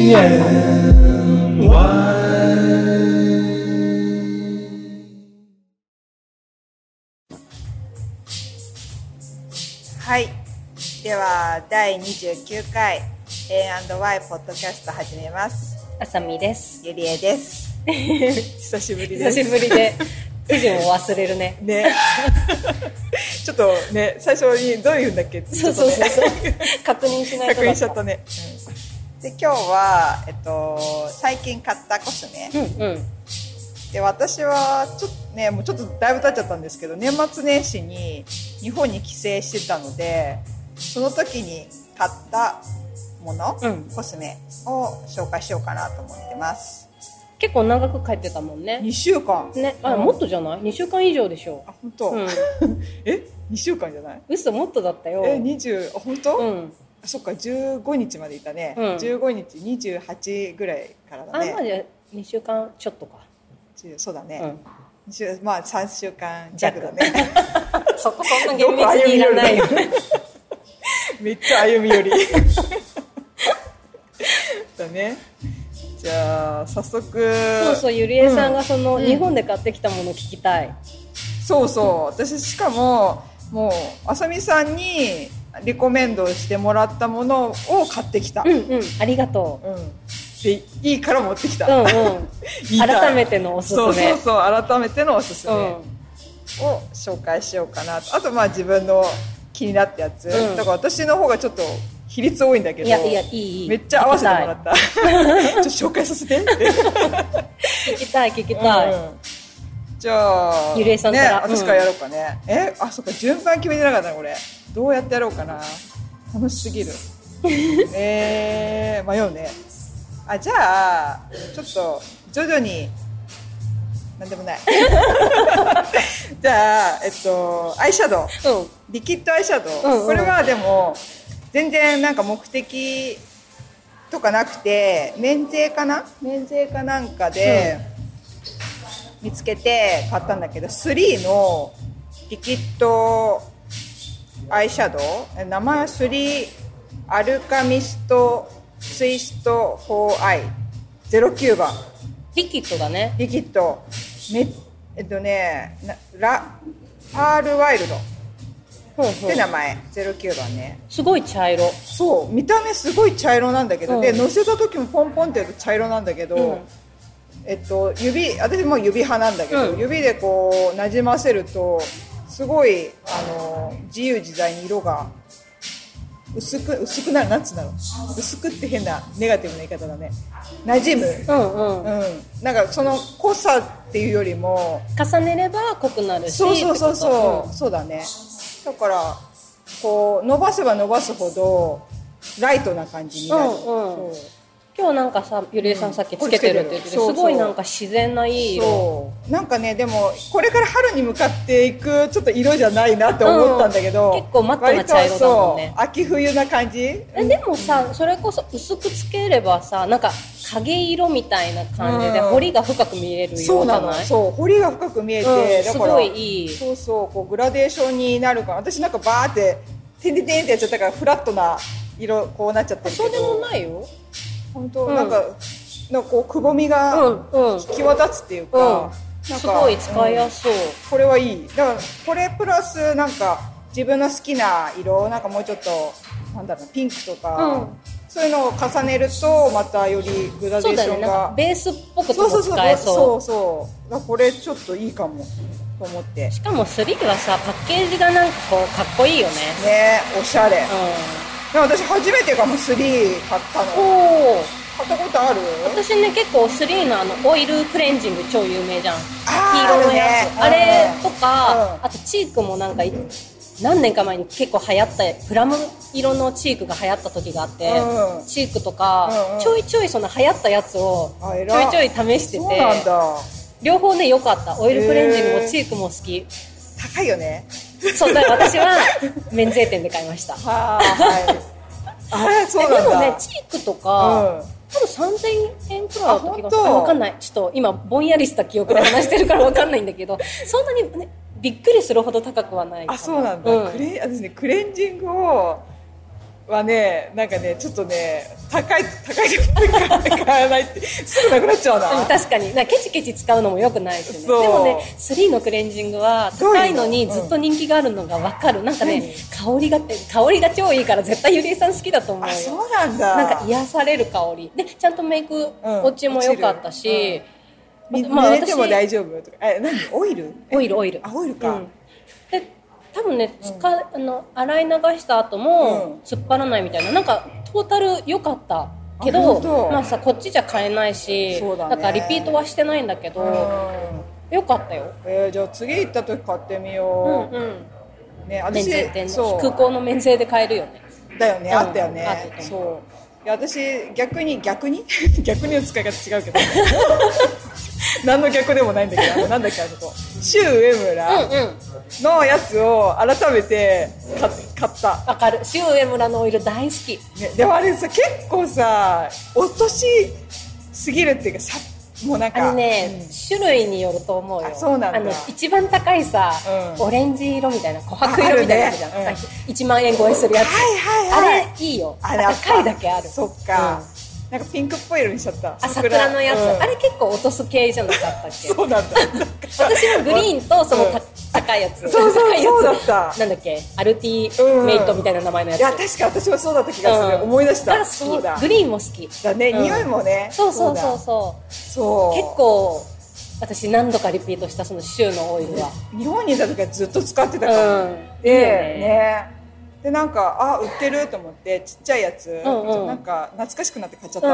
はい、では第29回 A&Y ポッドキャスト始めます。 あさみです。 ゆりえです。久しぶりです。 久しぶりで手順を忘れるね。 ね。ちょっとね、最初にどういうんだっけってちょっとね、 確認しないとだった。 確認しちゃったね。で今日は最近買ったコスメ。で私はちょっとね、もうちょっとだいぶ経っちゃったんですけど、年末年始に日本に帰省してたので、その時に買ったもの、コスメを紹介しようかなと思ってます。 結構長く帰ってたもんね。 2週間ね、もっとじゃない？ 2 週間以上でしょ。 あ、本当？2週間じゃない？ 嘘、もっとだったよ。 20、本当？そっか、15日までいたね。15日、28ぐらいからだね。 まあじゃあ2週間ちょっとか。 そうだね。まあ3週間弱だね。 そこそんな厳密にいらないよ。 めっちゃ歩み寄り。だね。じゃあ早速。 そう、ゆりえさんがその日本で買ってきたもの聞きたい。 そうそう。私しかももうあさみさんにリコメンドしてもらったものを買ってきた。 ありがとう。 でいいから持ってきた。 改めてのおすすめ。 そう改めてのおすすめを紹介しようかなと。あとまあ自分の気になったやつ。だから私の方がちょっと比率多いんだけど。いやいい。 めっちゃ合わせてもらった。ちょっと紹介させてって。 聞きたい。 じゃあゆりえさんから、 私からやろうかね。そっか、順番決めてなかったねこれ。どうやってやろうかな。楽しすぎる。迷うね。じゃあちょっと徐々になんでもないじゃあアイシャドウ、リキッドアイシャドウ、これはでも全然なんか目的とかなくて免税かなんかで見つけて買ったんだけど、3のリキッドアイシャドウ、名前は3アルカミストツイスト 4i 09番リキッドだね。 リキッドパールワイルドって名前。09番ね。 すごい茶色。 そう、見た目すごい茶色なんだけど、で乗せた時もポンポンってやると茶色なんだけど、私も指派なんだけど、指でこうなじませるとすごい自由自在に色が薄くなる。なんつうんだろう、薄くって変なネガティブな言い方だね。馴染む。なんかその濃さっていうよりも重ねれば濃くなるし。 そうだね。だからこう伸ばせば伸ばすほどライトな感じになる。 今日なんかさ、ゆりえさんさっきつけてるって言ってて、すごいなんか自然ないい色。 なんかね、でもこれから春に向かっていくちょっと色じゃないなって思ったんだけど、 結構マットな茶色だもんね。 秋冬な感じ。 でもさ、それこそ薄くつければさ、なんか影色みたいな感じで彫りが深く見える色じゃない？ そう、彫りが深く見えて、だからすごいいい。 こうグラデーションになるから。私なんかバーっててんてんてんってやっちゃったからフラットな色こうなっちゃってるけど。 そうでもないよ。 本当、なんかこうくぼみが際立つっていうか、 すごい使いやすそう。 これはいい。だからこれプラスなんか自分の好きな色、なんかもうちょっとなんだろう、ピンクとか、そういうのを重ねるとまたよりグラデーションが、 ベースっぽくとも使えそう。 だからこれちょっといいかもと思って。しかも3はさ、パッケージがなんかこうかっこいいよね。 おしゃれ。でも私初めてかも3買ったの。買ったことある？ 私ね、結構3のオイルクレンジング超有名じゃん。黄色のやつ。あれとか、あとチークもなんか何年か前に結構流行ったプラム色のチークが流行った時があって、チークとかちょいちょいその流行ったやつをちょいちょい試してて、両方ね良かった。オイルクレンジングもチークも好き。 高いよね。 そうだ、私は免税店で買いました。 そうなんだ。 でもね、チークとか、多分3000円くらいだった気がする。分かんない。ちょっと今ぼんやりした記憶で話してるから分かんないんだけど、そんなにねびっくりするほど高くはないかな。 そうなんだ。私ね、クレンジングをはね、なんかね、ちょっとね、高いと買わないってすぐなくなっちゃうな。 確かにケチケチ使うのも良くないしね。でもね、3のクレンジングは高いのにずっと人気があるのが分かる。なんかね、香りが超いいから絶対ゆりえさん好きだと思うよ。 そうなんだ。 なんか癒される香りで、ちゃんとメイク落ちも良かったし、 濡れても大丈夫とか。何？オイル？ オイル。 あ、オイルか。 で多分ね、洗い流した後も突っ張らないみたいな、なんかトータル良かったけど、まあさ、こっちじゃ買えないし、だからリピートはしてないんだけど、良かったよ。 じゃあ次行った時買ってみよう。ね、私空港の免税で買えるよね。 だよね、あったよね。そう。いや、私逆に逆にの使い方違うけど何の逆でもないんだけど、なんだっけ、シュウ上村のやつを改めて買った。 わかる。シュウ上村のオイル大好き、 ね、でもあれさ、結構さ、落としすぎるっていうかさ、もうなんか種類によると思うよ。 そうなんだ。 一番高いさ、オレンジ色みたいな琥珀色みたいなやつじゃん、1万円超えするやつ。あれいいよ。高いだけある。 そっか。なんかピンクっぽい色にしちゃった。 桜のやつ、あれ結構落とす系じゃなかったっけ？ そうなんだ。 私もグリーンとその高いやつ、 そうだった。 なんだっけ、アルティメイトみたいな名前のやつ。 いや、確か私もそうだった気がする。思い出した。 そうだ。グリーンも好きだね。匂いもね。 そう結構私何度かリピートしたそのシュウのオイルは。 日本にいた時はずっと使ってたから。で、なんか売ってると思ってちっちゃいやつ、なんか懐かしくなって買っちゃった。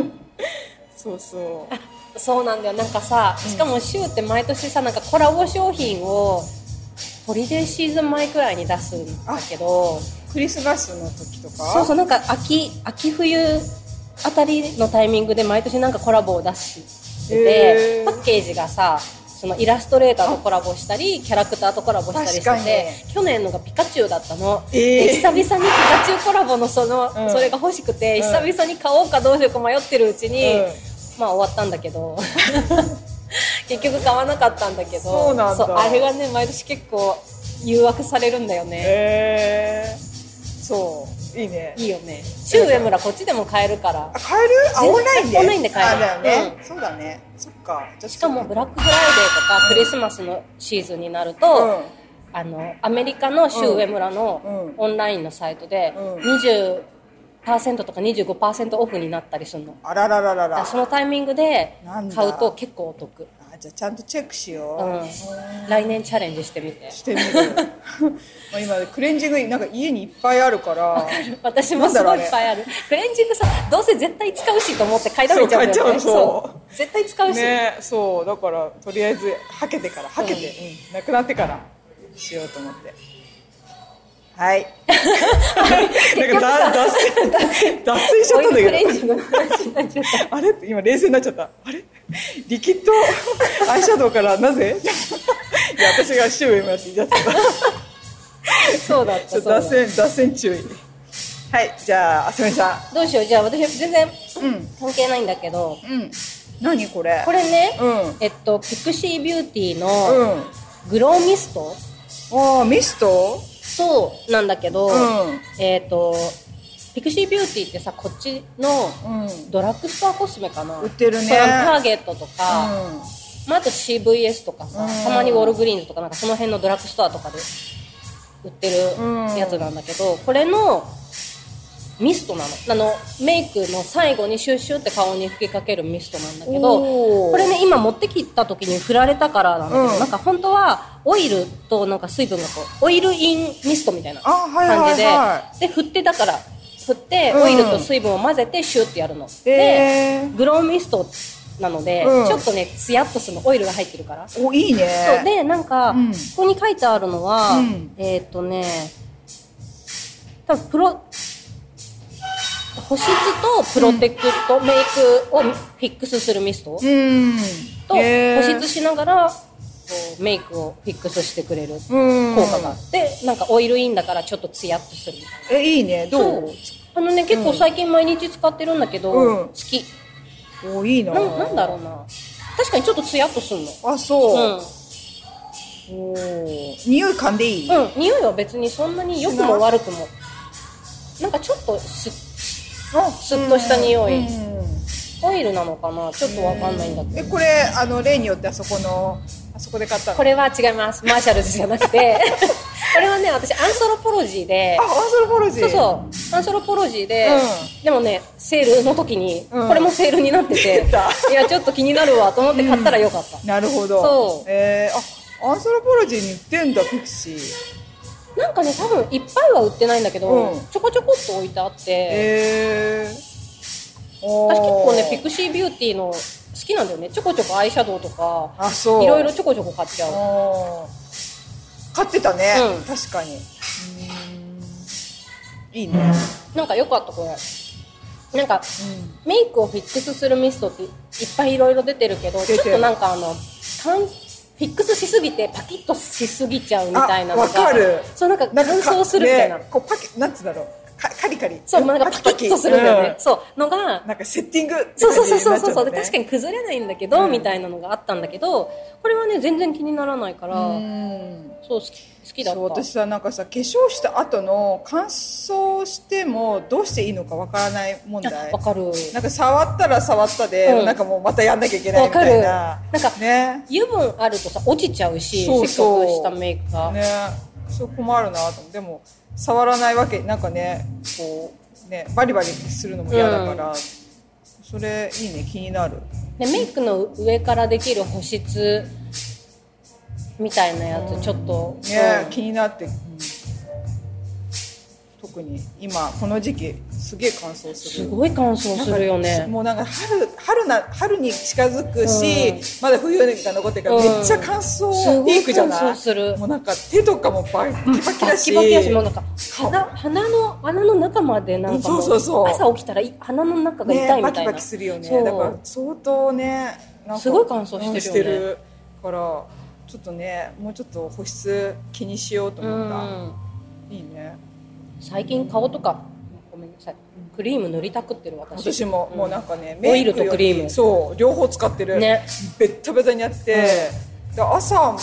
そうなんだよ。なんかさ、しかもシュウって毎年さ、なんかコラボ商品をホリデーシーズン前くらいに出すんだけど、 クリスマスの時とか、 なんか秋冬あたりのタイミングで毎年なんかコラボを出してて、パッケージがさ、そのイラストレーターとコラボしたりキャラクターとコラボしたりしてて、去年のがピカチュウだったの、で久々にピカチュウコラボのそれが欲しくて、久々に買おうかどうしようか迷ってるうちに、まあ終わったんだけど結局買わなかったんだけど、あれがね、毎年結構誘惑されるんだよね。いいね。いいよね。シュウ上村こっちでも買えるから。 買える？オンラインで買える。 だよね。そうだね。そっか。 しかもブラックフライデーとかクリスマスのシーズンになると、アメリカのシュウ上村のオンラインのサイトで20%とか 25% オフになったりするの。 あららららら。 そのタイミングで買うと結構お得。 じゃあちゃんとチェックしよう。 来年チャレンジしてみて。 してみる。今クレンジングなんか家にいっぱいあるから。 わかる。私もすごいいっぱいある。クレンジングさ、どうせ絶対使うしと思って買いだめちゃうんだよね。そう絶対使うし。 ね、そうだからとりあえずはけてなくなってからしようと思って。はい。なんか脱線しちゃったんだけど。あれ今冷静になっちゃった。あれリキッドアイシャドウからなぜ？いや、私がシュウ上村って言っちゃった。 そうだった。 脱線注意。はい、じゃああすみさん。どうしよう。じゃあ私全然関係ないんだけど。 何これ？ これね、ピクシービューティーのグローミスト。 ミスト？ そうなんだけど、ピクシービューティーってさ、こっちのドラッグストアコスメかな、 売ってるね。 ターゲットとか、あと CVS とかさ、たまにウォルグリーンズとかなんかその辺のドラッグストアとかで売ってるやつなんだけど、これのミストなの。メイクの最後にシュッシュって顔に吹きかけるミストなんだけど、これね、今持ってきた時に振られたからなんだけど、なんか本当はオイルとなんか水分がオイルインミストみたいな感じで、振ってオイルと水分を混ぜてシュッてやるの。で、グローミストなので、ちょっとね、ツヤっとするの、オイルが入ってるから。 いいね。 そうで、なんか、ここに書いてあるのは、多分保湿とプロテクト、メイクをフィックスするミストと、保湿しながらメイクをフィックスしてくれる効果があって、なんかオイルインだからちょっとツヤっとするみたいな。 いいね。どう？ 結構最近毎日使ってるんだけど、好き。 いいな。 なんだろうな。確かにちょっとツヤっとするの。 あ、そう。匂い嗅んでいい？ 匂いは別にそんなに良くも悪くも。 なんかちょっとスッとした匂い、オイルなのかな、ちょっとわかんないんだけど。 これ例によってあそこで買ったの？ これは違います。マーシャルズじゃなくてこれはね、私アンソロポロジーで、 アンソロポロジー、 アンソロポロジーで、でもねセールの時に、これもセールになってていやちょっと気になるわと思って買ったらよかった、 なるほど。そう、アンソロポロジーに売ってんだ、ピクシー。 なんかね、多分いっぱいは売ってないんだけど、ちょこちょこっと置いてあって、私結構ねピクシービューティーの好きなんだよね。ちょこちょこアイシャドウとかいろいろちょこちょこ買っちゃう。 買ってたね、確かに。いいね。なんかよかったこれ。なんか、メイクをフィックスするミストっていっぱいいろいろ出てるけど、ちょっとなんかフィックスしすぎてパキッとしすぎちゃうみたいなのが、 わかる。 そう、なんか乾燥するみたいな。 こうなんつうんだろう。カリカリ。 そう、なんかパキッとするんだよね。そうのがなんかセッティング。 そうで、確かに崩れないんだけど、みたいなのがあったんだけど、これはね全然気にならないから、そう好きだった。そう、 私さ、なんかさ、化粧した後の乾燥してもどうしていいのかわからない問題。 わかる。 なんか触ったら触ったで、なんかもうまたやんなきゃいけないみたいな。 なんかね、油分あるとさ落ちちゃうし、せっかくしたメイクがね、そう困るなと思って。でも触らないわけ、なんかね、こうね、バリバリするのも嫌だから、それいいね、気になる。 でメイクの上からできる保湿みたいなやつ、ちょっとね、気になって、特に今この時期すげえ乾燥する。 すごい乾燥するよね。 もうなんか春に近づくし、まだ冬が残ってるからめっちゃ乾燥ピークじゃない？ 乾燥する。 もうなんか手とかもバキバキだし、 バキバキだし、もうなんか鼻の中までなんかもう朝起きたら鼻の中が痛いみたいな、 バキバキするよね。だから相当ね、なんかすごい乾燥してるよね。 からちょっとね、もうちょっと保湿気にしようと思った。いいね。 最近顔とかごめんなさい、クリーム塗りたくってる私も、もうなんかね、 オイルとクリーム、 そう両方使ってる、ね、ベッタベタにやって、で朝、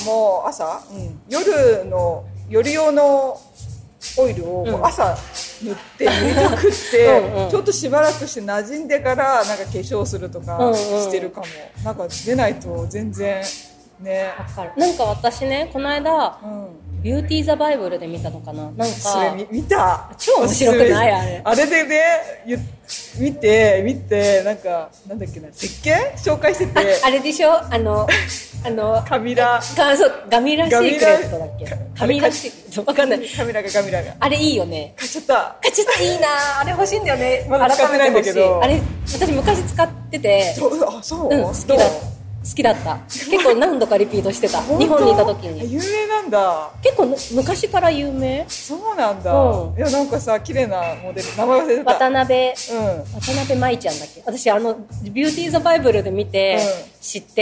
夜用のオイルを朝塗って塗りたくってちょっとしばらくして馴染んでからなんか化粧するとかしてるかも。なんか出ないと全然ね。 わかる。なんか私ね、この間、ビューティーザバイブルで見たのかな、なんかそれ見た。 超面白くない？ あれでね、見てなんかなんだっけな、石鹸紹介してて、 あれでしょ、 ガミラシークレットだっけ、ガミラシークレットわかんない。ガミラがあれいいよね。 買っちゃった。 いいな、あれ欲しいんだよね。 まだ使ってないんだけど、 あれ私昔使ってて、 そう、 好きだった。結構何度かリピートしてた。日本にいた時に。 有名なんだ。 結構昔から有名。 そうなんだ。いや、なんかさ、綺麗なモデル、名前忘れてた。 渡辺舞ちゃんだっけ。私ビューティーザバイブルで見て、知って、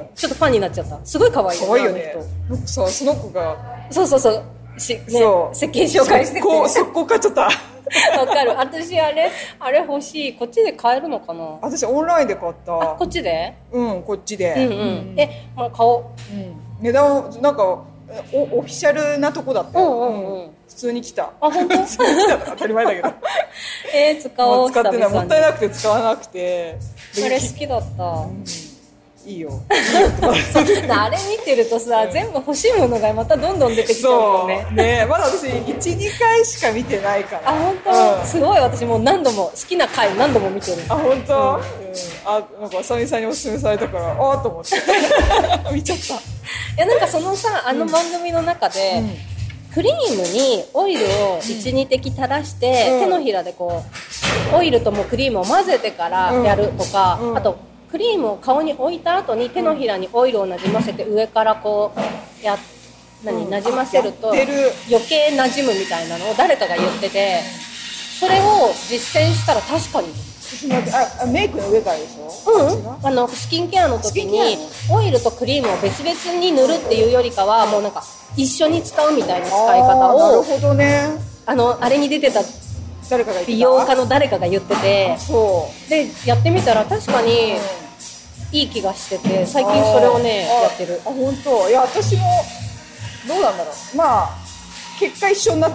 ちょっとファンになっちゃった。すごい可愛いよね。 可愛いよね。なんかさ、その子が。 そう。石鹸紹介してて。 速攻買っちゃった。 わかる。私あれ欲しい。こっちで買えるのかな。 私オンラインで買った。 こっちで？ こっちで。 まあ買おう。 値段なんかオフィシャルなとこだったよ。普通に来た。 あ、本当？ 普通に来た当たり前だけど。 使おう。 使ってない。もったいなくて使わなくて。 あれ好きだった。 いいよ。 あれ見てるとさ、全部欲しいものがまたどんどん出てきちゃうよね。 ね、まだ私 1,2 回しか見てないから。 あ、本当？すごい。私もう何度も好きな回何度も見てる。 あ、本当？なんかあさみさんにおすすめされたから、と思って見ちゃった。 いや、なんかそのさ、番組の中で、クリームにオイルを 1,2 滴垂らして、手のひらでこうオイルともクリームを混ぜてからやるとか、あとクリームを顔に置いた後に手のひらにオイルをなじませて上からこうなじませると余計なじむみたいなのを誰かが言ってて、それを実践したら確かに。 メイクの上からでしょ？ スキンケアの時にオイルとクリームを別々に塗るっていうよりかは、もうなんか一緒に使うみたいな使い方を、 なるほどね。 あれに出てた美容家の誰かが言ってて、でやってみたら確かにいい気がしてて、最近それをねやってる。 あ、本当。いや、私もどうなんだろう。まあ結果一緒になってるね。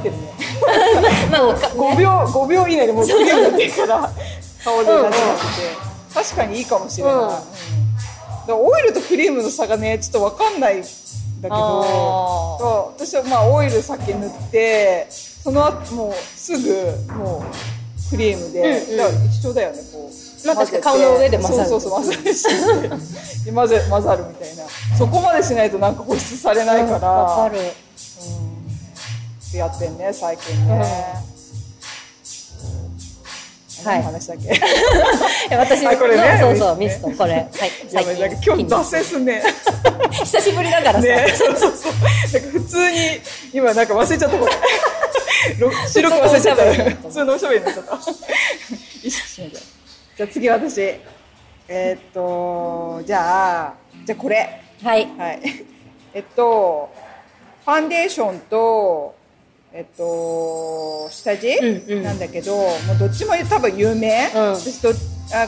まあ、 5秒以内でもうクリームになってるから顔でなじませて、確かにいいかもしれない、だからオイルとクリームの差がねちょっと分かんないんだけど、私はまあオイル先塗ってその後もうすぐもうクリームで、だから一緒だよね、こうまあ、確か顔の上で混ざる。 そう混ざるし混ざるみたいな、そこまでしないとなんか保湿されないから、 わかる、 やってんね最近ね、何の話だっけ私のこれね、 そうミストこれ、はい、 最近なんか今日脱線すんね久しぶりだからさ、 ね、そうなんか普通に今なんか忘れちゃったこれ白く忘れちゃった普通のおしゃべりになっちゃった意識しないで。じゃあ次私じゃあこれはい、 ファンデーションと下地、なんだけど、もうどっちも多分有名、私で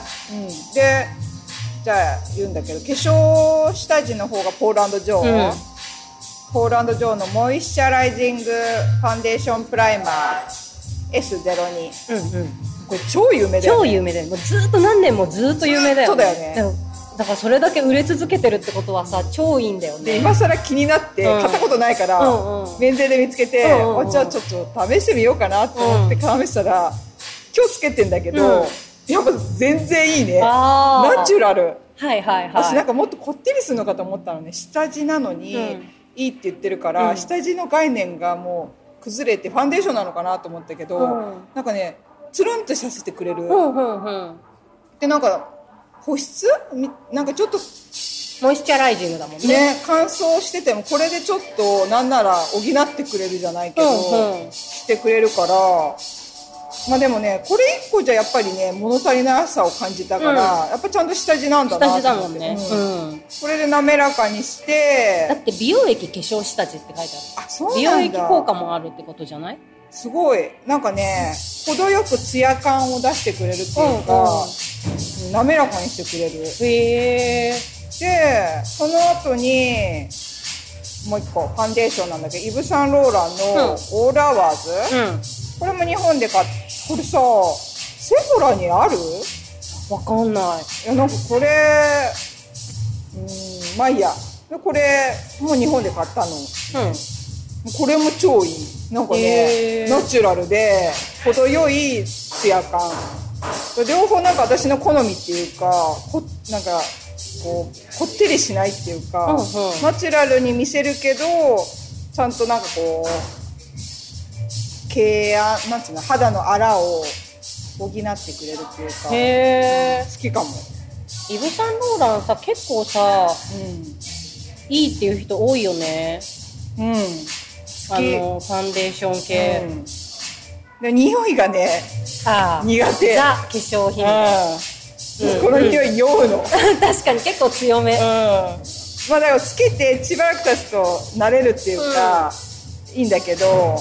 じゃあ言うんだけど、化粧下地の方がポール&ジョー、ポール&ジョーのモイスチャライジングファンデーションプライマー S02、これ超有名だよね。 超有名だよ。もうずっと何年もずっと有名だよね。 そうだよね。 だからそれだけ売れ続けてるってことはさ、超いいんだよね。 で今更気になって買ったことないから、免税で見つけて、じゃあちょっと試してみようかなと思って試したら、今日つけてんだけど、やっぱ全然いいね。ナチュラル。私なんかもっとこってりするのかと思ったのね。下地なのにいいって言ってるから、下地の概念がもう崩れてファンデーションなのかなと思ったけど、なんかねつるんとさせてくれる。でなんか保湿なんかちょっとモイスチャライジングだもんね。 乾燥しててもこれでちょっとなんなら補ってくれるじゃないけど、してくれるから、まあでもねこれ1個じゃやっぱりね物足りなさを感じたから、やっぱちゃんと下地なんだなと思って。 下地だもんね。 これで滑らかにして。 だって美容液化粧下地って書いてある。 あ、そうなんだ。 美容液効果もあるってことじゃない？ すごいなんかね程よくツヤ感を出してくれるっていうか、滑らかにしてくれる。でその後にもう一個ファンデーションなんだけど、イヴ・サンローランのオールアワーズ、これも日本で買って、これさセフォラにある？ わかんない。 いやなんかこれまあいいや、これもう日本で買ったの、これも超いい。なんかねナチュラルで程よいツヤ感、両方なんか私の好みっていうか、なんかこってりしないっていうか、ナチュラルに見せるけどちゃんとなんかこうケアなんていうの、肌のあらを補ってくれるっていうか、好きかも。 イヴ・サンローランさ結構さ、いいっていう人多いよね。ファンデーション系、で匂いがね苦手。ザ化粧品、 この匂い酔うの確かに結構強め。 まあだからつけてしばらく経つと慣れるっていうか、いいんだけど、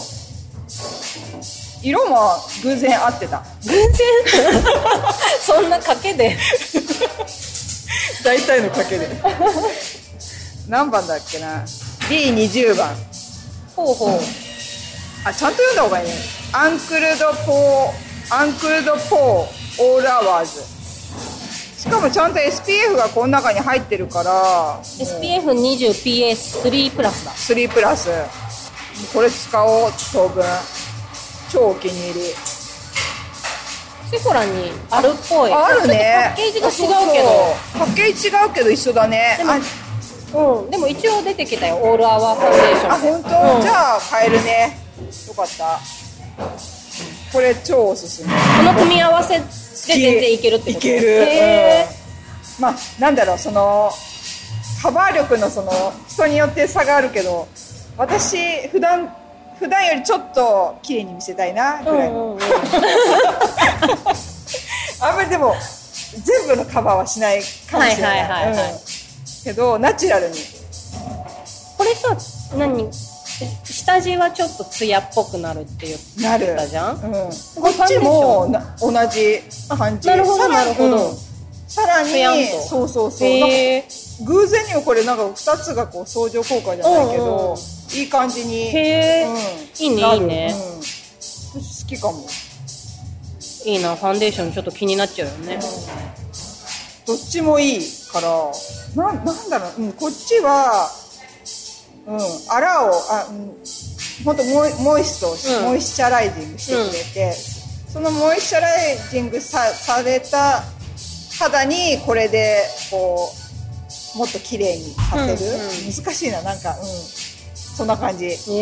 色も偶然合ってた。 偶然そんな賭けで大体の賭けで何番だっけな、 B20 番。あ、ちゃんと読んだ方がいいね。アンクルドポーオールアワーズ。しかもちゃんと SPF がこの中に入ってるから、 SPF20PA3 プラスだ。 3プラス。これ使おう当分。超お気に入り。 セフォラにあるっぽい。 あるね。 パッケージが違うけど。 パッケージ違うけど一緒だね。 でも一応出てきたよ、オールアワーファンデーション。 あ、本当？じゃあ買えるね。よかった。これ超おすすめ。 この組み合わせで全然いけるってこと？ いける。まあなんだろう、そのカバー力のその人によって差があるけど、私普段よりちょっと綺麗に見せたいなぐらいの。あんまりでも全部のカバーはしないかもしれない。けどナチュラルに。 これさ、下地はちょっとツヤっぽくなるって言ってたじゃん。こっちも同じ感じ。 なるほどなるほど。 さらにそう偶然にもこれなんか2つがこう相乗効果じゃないけど、いい感じに。 いいねいいね。 きかも。 いいな、ファンデーションちょっと気になっちゃうよね。 どっちもいいから、なんだろう、こっちは、アラを、ほんとモイスチャライジングしてくれて、そのモイスチャライジングされた肌にこれでこうもっと綺麗にさせる、難しいな、なんか、そんな感じ。そ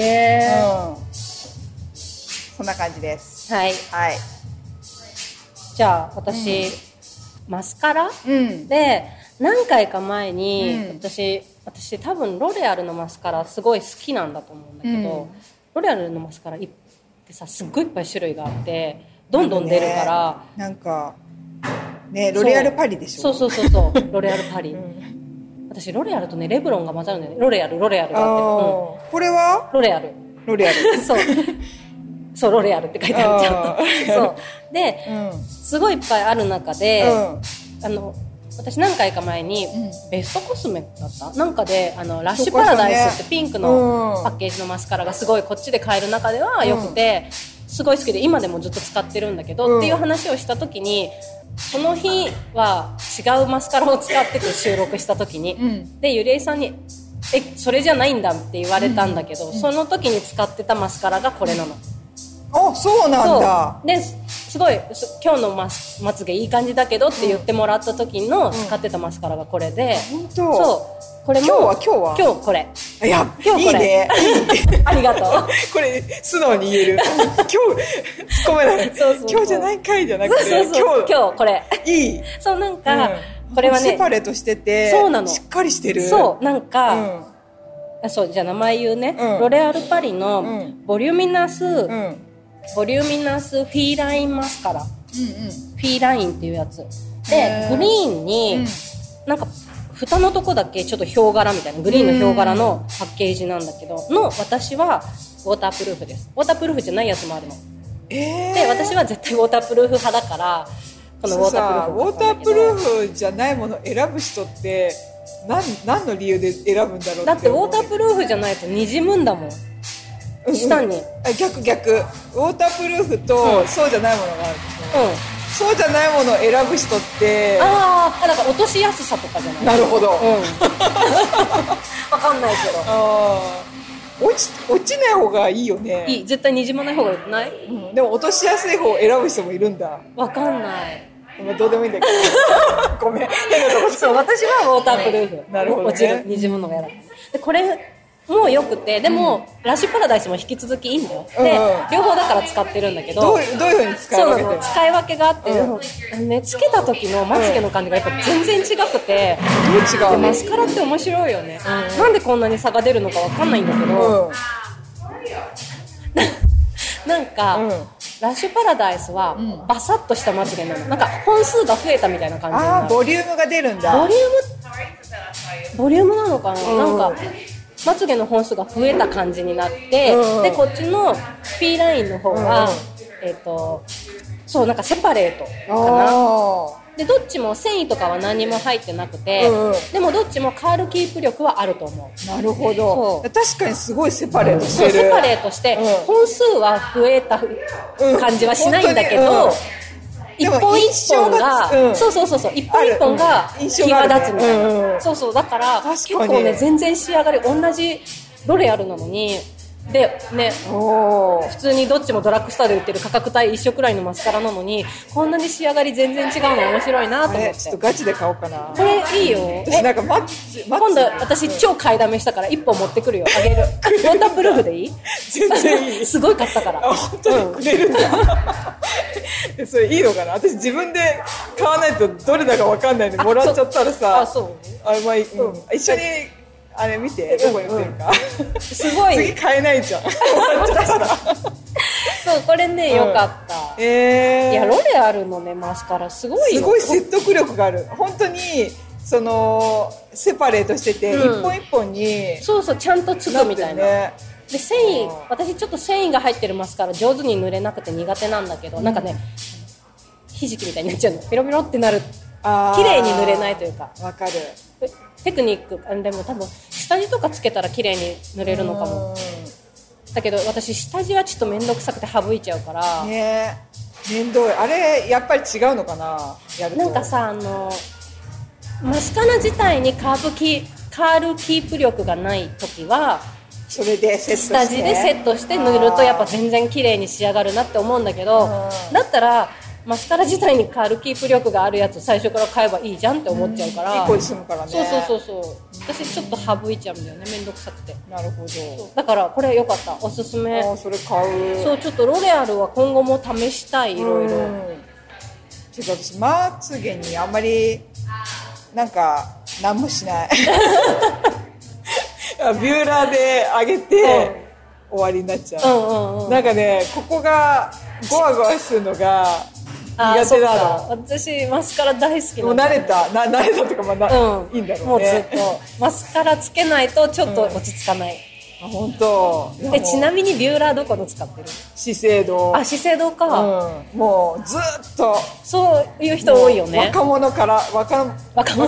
んな感じです。 はい。 はい。 じゃあ私、マスカラ、で何回か前に、私多分ロレアルのマスカラすごい好きなんだと思うんだけど、ロレアルのマスカラってさ、すっごいいっぱい種類があってどんどん出るから、 なんかね、ロレアルパリでしょ。 そうロレアルパリ、私ロレアルとねレブロンが混ざるんだよね。ロレアルがあってる、 これはロレアルそうロレアルって書いてあるじゃん。そうで、すごいいっぱいある中で、私何回か前に、ベストコスメだったなんかでラッシュパラダイスってピンクのパッケージのマスカラがすごいこっちで買える中では良くて、すごい好きで今でもずっと使ってるんだけど、っていう話をした時に、その日は違うマスカラを使ってて収録した時に、でゆりえさんにそれじゃないんだって言われたんだけど、その時に使ってたマスカラがこれなの。 あ、そうなんだ。 ですごい今日のまつげいい感じだけどって言ってもらった時の使ってたマスカラがこれで、 本当。 そうこれも今日これ。 今日これ。いいね。ありがとう。 これ素直に言える。今日突っ込めない。今日じゃない回じゃなくて、今日これ。 いい。 そうなんか、これはねセパレートしてて、 そうなの。 しっかりしてる。 そうなんか、そうじゃあ名前言うね。ロレアルパリのボリュミナスフィーラインマスカラ、フィーラインっていうやつで、グリーンになんか蓋のとこだけちょっとヒョウ柄みたいな、グリーンのヒョウ柄のパッケージなんだけど私はウォータープルーフです。ウォータープルーフじゃないやつもあるの、で私は絶対ウォータープルーフ派だから、このウォータープルーフじゃないものを選ぶ人って何の理由で選ぶんだろうって。 だってウォータープルーフじゃないとにじむんだもん、下に。 逆ウォータープルーフとそうじゃないものがあるんですね。そうじゃないものを選ぶ人って、 なんか落としやすさとかじゃない。 なるほど。 わかんないけど。落ちない方がいいよね。 いい、絶対にじまない方がよくない？ でも落としやすい方を選ぶ人もいるんだ。 わかんない。 どうでもいいんだけど。ごめん。 そう、私はウォータープルーフ。 なるほどね。 落ちる、にじむのが嫌だ。で、これもうよくて、でも、ラッシュパラダイスも引き続きいいんだよ。で、両方だから使ってるんだけど、 どういう風に使い分けてるの？ 使い分けがあって、ね、つけた時のまつげの感じがやっぱ全然違くて、 どう違う？ でマスカラって面白いよね。なんでこんなに差が出るのかわかんないんだけど、なんか、ラッシュパラダイスはバサッとしたまつげなの。なんか本数が増えたみたいな感じになる。 ボリュームが出るんだ。 ボリュームなのかな、なんかまつげの本数が増えた感じになって、でこっちのフィーラインの方は、そうなんかセパレートかな。でどっちも繊維とかは何も入ってなくて、でもどっちもカールキープ力はあると思う。 なるほど。確かにすごいセパレートしてる。 セパレートして、本数は増えた感じはしないんだけど、一本一本が、そう一本一本が際立つみたいな。そうだから結構ね、全然仕上がり同じロレアルなのに、でね、普通にどっちもドラッグストアで売ってる価格帯一緒くらいのマスカラなのに、こんなに仕上がり全然違うの面白いなと思って。 ちょっとガチで買おうかな。 これいいよ。 私なんか今度私超買いだめしたから1本持ってくるよ、あげる。ウォータープルーフでいい？ 全然いい。 すごい買ったから。 本当にくれるんだ。それいいのかな。私自分で買わないとどれだか分かんないんで、もらっちゃったらさ、一緒にあれ見て、どこに売ってるか。すごい。次買えないじゃん。そう、 これね、よかった。いや、ロレアルのね、マスカラ、すごいよ。 すごい説得力がある。本当に、セパレートしてて、一本一本に。 そう、ちゃんとつくみたいな。で、繊維、私ちょっと繊維が入ってるマスカラ、上手に塗れなくて苦手なんだけど、なんかね、ひじきみたいになっちゃうの。ピロピロってなる。綺麗に塗れないというか。 わかる。 テクニック、でも多分下地とかつけたら綺麗に塗れるのかも。 だけど私下地はちょっと面倒くさくて省いちゃうからね。面倒い。あれやっぱり違うのかな、やると。 なんかさマスカラ自体にカールキープ力がない時はそれでセットして下地でセットして塗るとやっぱ全然綺麗に仕上がるなって思うんだけど、だったらマスカラ自体にカールキープ力があるやつ最初から買えばいいじゃんって思っちゃうから、 いい子に済むからね。 そう私ちょっと省いちゃうんだよね、めんどくさくて。 なるほど。 だからこれ良かった、おすすめ。 それ買う。 そう、ちょっとロレアルは今後も試したい、いろいろ。 ちょっと私まつげにあんまりなんか何もしないビューラーで上げて、終わりになっちゃう。なんかね、ここがゴワゴワするのが苦手なの。 私マスカラ大好きなの。 もう慣れたとかいいんだろうね。 もうずっとマスカラつけないとちょっと落ち着かない。 本当。 ちなみにビューラーどこの使ってる？ 資生堂。 資生堂か。 もうずっとそういう人多いよね。 若者から若者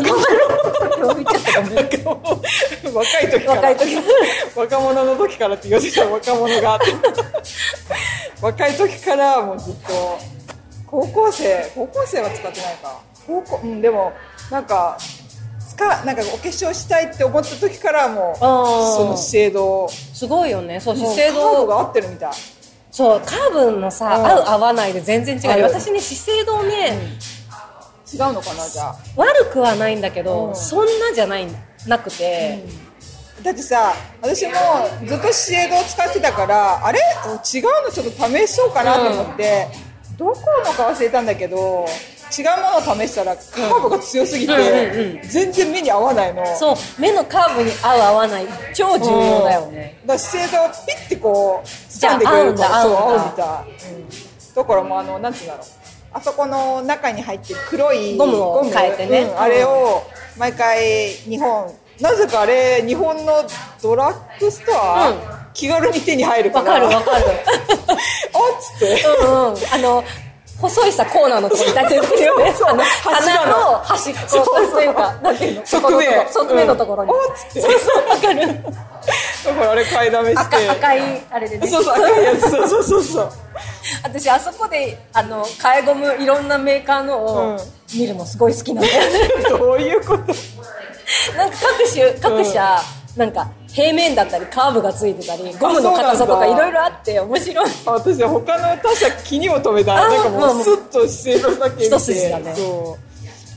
若い時若者の時からって言わせたら若者が若い時からもうずっと高校生は使ってないか。でもなんかお化粧したいって思った時からもうその資生堂すごいよね。そう、資生堂カーブが合ってるみたい。 そうカーブのさ、合う合わないで全然違う。私ね資生堂ね、 違うのかな。じゃあ悪くはないんだけど、そんなじゃなくて、 だってさ、私もずっと資生堂使ってたからあれ違うのちょっと試そうかなと思って、どこのか忘れたんだけど違うものを試したらカーブが強すぎて、全然目に合わないの。 そう、目のカーブに合う合わない超重要だよね。 だから資生堂ピッてこう掴んでくれるから合うみたい。だからもうなんていうんだろう、あそこの中に入ってる黒いゴムを変えてね、 あれを毎回なぜかあれ日本のドラッグストア、気軽に手に入るから。 わかるあっつって細いさコーナーのとこに立ててるよね。鼻の端っこというか、なんていうの、側面のところに。 おっつって。 そうわかる。 だからあれ買いだめして。 赤いあれでね。 そう赤いやつ。そう。 私あそこで替えゴムいろんなメーカーのを見るのすごい好きなんだよね。 どういうこと？ なんか各社なんか平面だったりカーブがついてたりゴムの硬さとかいろいろあって面白い。 私は他の他社気にも留めた。なんかもうスッと資生堂だけ見て。 一筋だね。 そう。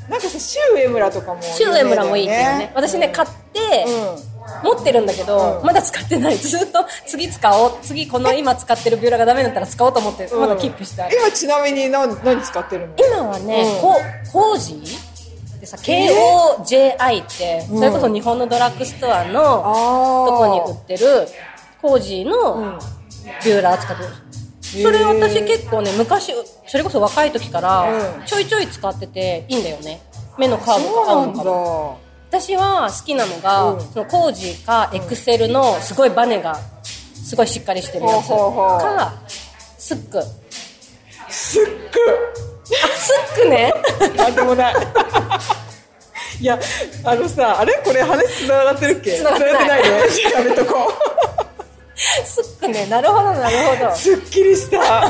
なんかさシュウエムラとかも。 シュウエムラもいいってよね。私ね買って持ってるんだけどまだ使ってない。ずっと次この今使ってるビューラーがダメだったら使おうと思ってまだキープしてある。 今ちなみに何使ってるの？ 今はねコージーでさ、KOJI ってそれこそ日本のドラッグストアのとこに売ってるコージーのビューラー使ってる。それ私結構ね昔それこそ若い時からちょいちょい使ってていいんだよね。目のカーブが合うのかも。私は好きなのがそのコージーかエクセルのすごいバネがすごいしっかりしてるやつかスックね。 なんでもない。いやあれこれ話つながってるっけ？つながってないね。やめとこう。 スックね。なるほど。 すっきりした。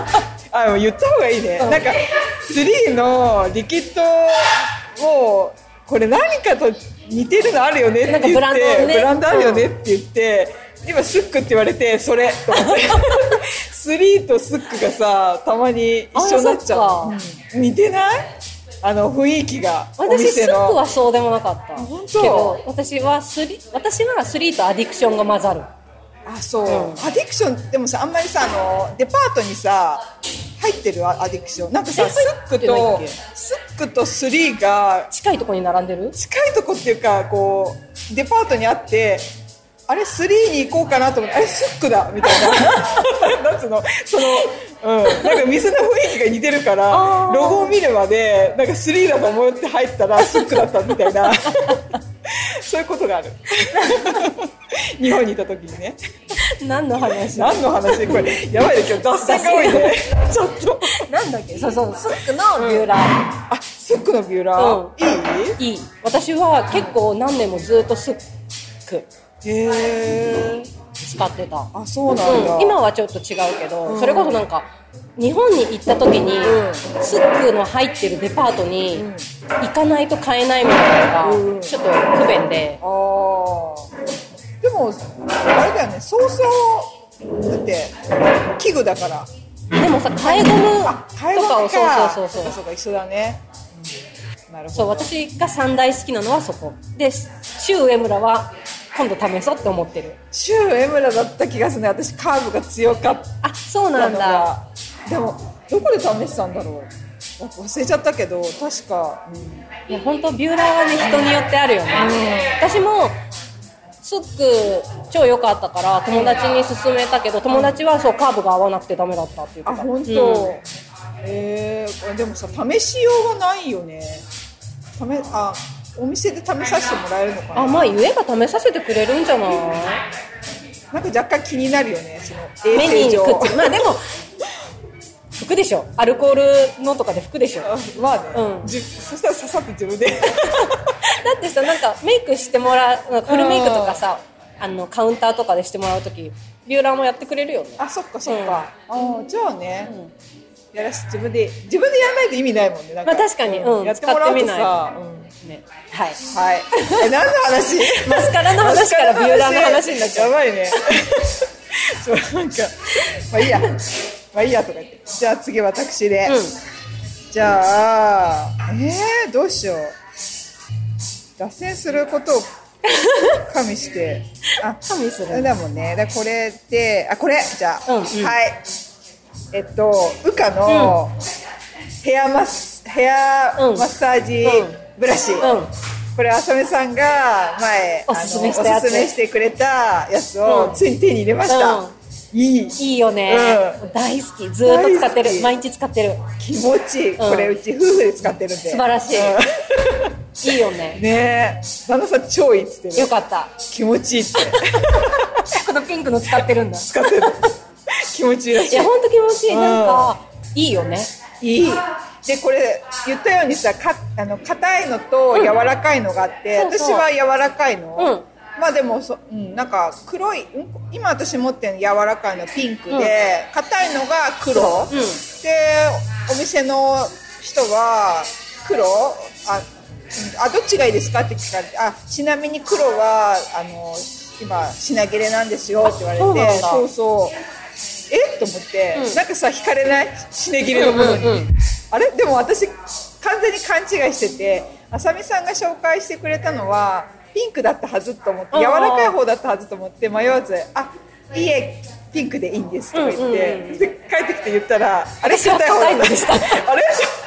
言った方がいいね。なんか3のリキッドもこれ何かと似てるのあるよねって言ってブランドあるよねって言って今スックって言われてそれと思って3とスックがさたまに一緒になっちゃう。似てない？雰囲気がお私店の。 スックはそうでもなかった本けど私は3とアディクションが混ざる。 そう、アディクションでもさあんまりさデパートにさ入ってるアディクションなんかさスックと3が近いとこに並んでる？ 近いとこっていうかこうデパートにあってあれ3に行こうかなと思ってあれスックだみたいななんつうのなんか店の雰囲気が似てるからロゴを見るまでなんか3だと思って入ったらスックだったみたいなそういうことがある日本にいた時にね。 何の話これやばいね今日脱線が多いねちょっとなんだっけ。そうスックのビューラー。 スックのビューラー、 いい。私は結構何年もずっとスック。 へー。 使ってた。 あ、そうなんだ。 今はちょっと違うけど、それこそなんか日本に行った時に、スックの入ってるデパートに行かないと買えないみたいなのがちょっと不便で。 でもあれだよね、そうそうだって器具だから。 でもさ、替えゴムとかをそう一緒だね。なるほど。 そう、私が3大好きなのはそこで、シュウエムラは今度試そうって思ってる。 シュウエムラだった気がするね。私カーブが強かった。 あ、そうなんだ。 でもどこで試したんだろう、忘れちゃったけど、確か、 いや本当ビューラーはね、人によってあるよね。私もスック超良かったから友達に勧めたけど、友達はそうカーブが合わなくてダメだったって言ってた。 あ、本当。でもさ、試しようがないよね。お店で試させてもらえるのかな。 あ、まあ言えば試させてくれるんじゃない？ なんか若干気になるよね、その衛生上。 まあでも服でしょ、アルコールのとかで服でしょ。 まあね、そしたらささって自分でだってさ、なんかメイクしてもらう、フルメイクとかさ、カウンターとかでしてもらうときビューラーもやってくれるよね。 あ、そっかそっか、じゃあね、自分でやらないと意味ないもんね。なんか、 まあ確かに、 やってもらうとさ、 ね、 はい何の話マスカラの話からビューラーの話になっちゃう。 やばいねなんかまあいいやとか言って、じゃあ次私で、じゃあどうしよう、脱線することを加味して加味するだもんね。だこれでこれじゃあ、はいウカのヘアマッサージブラシ、これ浅見さんが前おすすめしてくれたやつをついに手に入れました。いいよね、大好き、ずっと使ってる、毎日使ってる、 気持ちいい、これうち夫婦で使ってるんで素晴らしい、いいよね。 ねえ、旦那さん超いいっつってる。 よかった、 気持ちいいってこのピンクの使ってるんだ。 使ってる気持ちいいらしい。 いや本当気持ちいい、なんかいいよね。 いいで、これ言ったようにさ、硬いのと柔らかいのがあって、私は柔らかいの、まあでもなんか黒い、今私持ってるの柔らかいのピンクで、硬いのが黒、でお店の人は黒、どっちがいいですかって聞かれて、ちなみに黒は今品切れなんですよって言われて、そうと思って、なんかさ、惹かれない？品切れのものに、あれでも私完全に勘違いしてて、あさみさんが紹介してくれたのはピンクだったはずと思って、柔らかい方だったはずと思って迷わず、いいえピンクでいいんですとか言って、で帰ってきて言ったら、あれ硬い方だったでした。あれ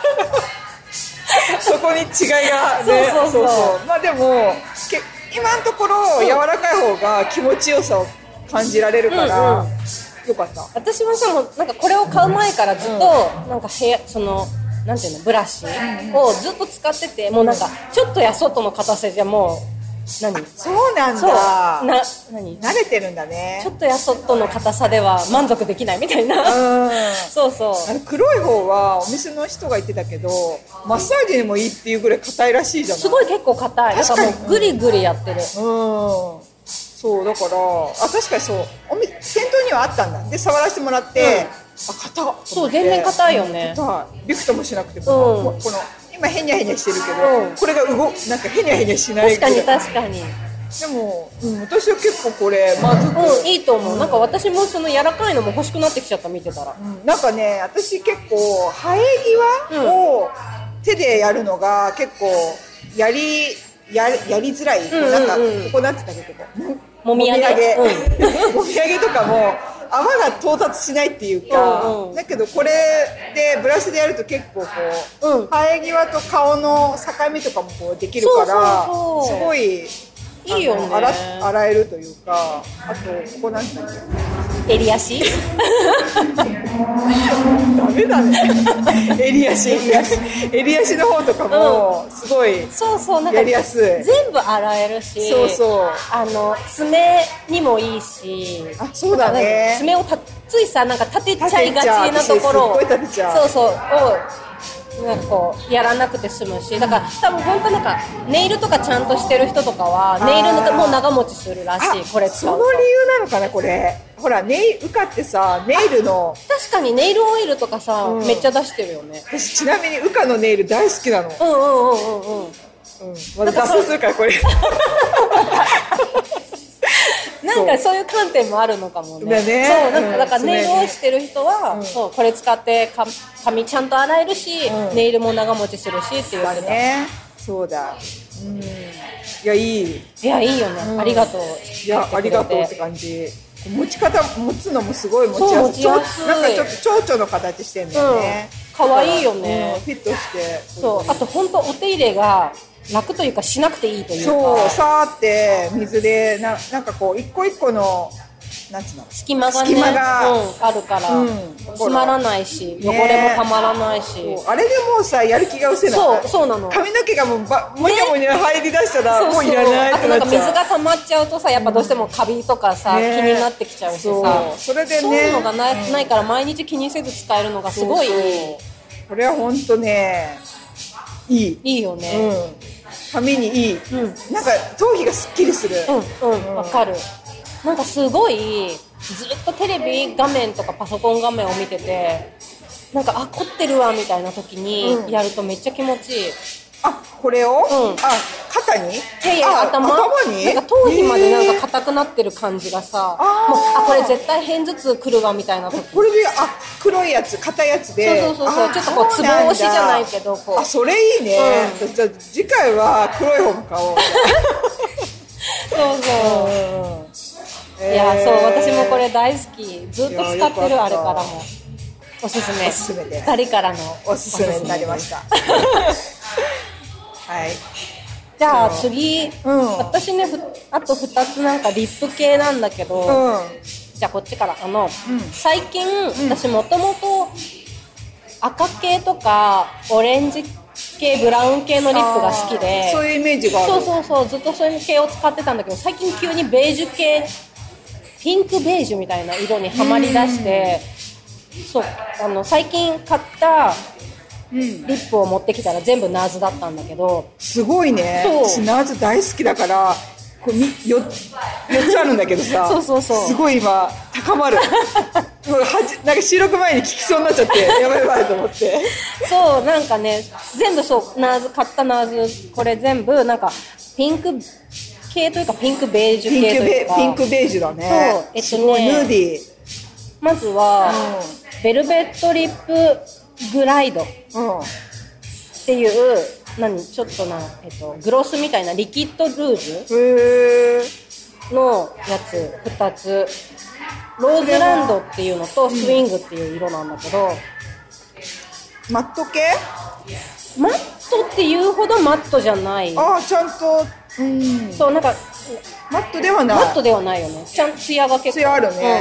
そこに違いがね、まあでも今のところ柔らかい方が気持ちよさを感じられるから、よかった。 私もさ、なんかこれを買う前からずっと、なんかなんていうの、ブラシをずっと使ってて、もうなんかちょっとやそっとの硬さじゃもうそうなんだ。 慣れてるんだね。 ちょっとやそっとの硬さでは満足できないみたいな。 黒い方はお店の人が言ってたけど、マッサージにもいいっていうぐらい硬いらしいじゃない。 すごい結構硬い。なんかもうグリグリやってる。 そうだから、確かにそう、店頭にはあったんだ。で触らせてもらって、硬っ。 そう、全然硬いよね。 びくともしなくても、この今ヘニャヘニャしてるけど、これがなんかヘニャヘニャしない。 確かに。 でも、私は結構これ満足。 いいと思う。なんか私もその柔らかいのも欲しくなってきちゃった、見てたら。 なんかね、私結構生え際を手でやるのが結構やりづらい。なんかここなってたけど、 もみあげもみあげとかも泡が到達しないっていうか、だけどこれでブラシでやると結構こう、生え際と顔の境目とかもこうできるから、すごいいいよね。 洗えるというか、あとここなんていうの、 襟足ダメだね襟足の方とかもすごいやりやすい。 全部洗えるし、爪にもいいし、 そうだね、 爪をついさ、なんか立てちゃいがちなところを、 なんかこうやらなくて済むし、だから多分本当なんかネイルとかちゃんとしてる人とかはネイルも長持ちするらしい。これ使うとその理由なのかなこれ。ほらウカってさネイルの確かにネイルオイルとかさ、めっちゃ出してるよね。 私ちなみにウカのネイル大好きなの。まだ脱走するからこれなんかそういう観点もあるのかもね。そうなんかだからネイルをしてる人は、そうこれ使って髪ちゃんと洗えるし、ネイルも長持ちするしって言われた。 そうだ。いやいいよね。ありがとう。 いやありがとうって感じ。持ち方持つのもすごい持ちやすい。なんかちょっと蝶々の形してんだよね。 可愛いよね。 フィットして。 そう。あと本当お手入れが楽というかしなくていいというか。 そうさーって水でなんかこう一個一個のなんつうの隙間がねあるから詰まらないし汚れもたまらないし。 あれでもうさやる気が失せない。 そうなの。 髪の毛がもにゃもにゃ入り出したらもういらないってなっちゃう。 あとなんか水が溜まっちゃうとさやっぱどうしてもカビとかさ気になってきちゃうしさ。 それでね。 そういうのがないから毎日気にせず使えるのがすごいいい。 これは本当ねいいよね。 髪にいい。なんか頭皮がすっきりする。 わかる。なんかすごいずっとテレビ画面とかパソコン画面を見ててなんか凝ってるわみたいな時にやるとめっちゃ気持ちいい。 これを肩に？ いや頭に？なんか頭皮までなんか硬くなってる感じがさもうこれ絶対片頭痛くるわみたいな時これで黒いやつ硬いやつでそうちょっとこうツボ押しじゃないけどこうそれいいね。じゃあ次回は黒い方も買おう。 いや私もこれ大好き。ずっと使ってるあれからもおすすめで2人からのおすすめになりました。はい。 じゃあ次、私ねあと2つなんかリップ系なんだけど、じゃあこっちから最近、私もともと赤系とかオレンジ系ブラウン系のリップが好きでそういうイメージがある。 そうずっとそういう系を使ってたんだけど最近急にベージュ系ピンクベージュみたいな色にはまりだして最近買ったリップを持ってきたら全部ナーズだったんだけどすごいね。私ナーズ大好きだからこれ4つあるんだけどさすごい今高まる。なんか収録前に聞きそうになっちゃってやばいと思ってなんかね全部ナーズ買ったナーズこれ全部なんかピンク系というかピンクベージュ系というかピンクベージュだね。すごいヌーディー。 まずはベルベットリップグライドっていうちょっとグロスみたいなリキッドルージュのやつ2つローズランドっていうのとスイングっていう色なんだけど、 マット系？ マットっていうほどマットじゃない。 ちゃんとそうなんかマットではない。 マットではないよね。ちゃんとツヤが結構ツヤあるね。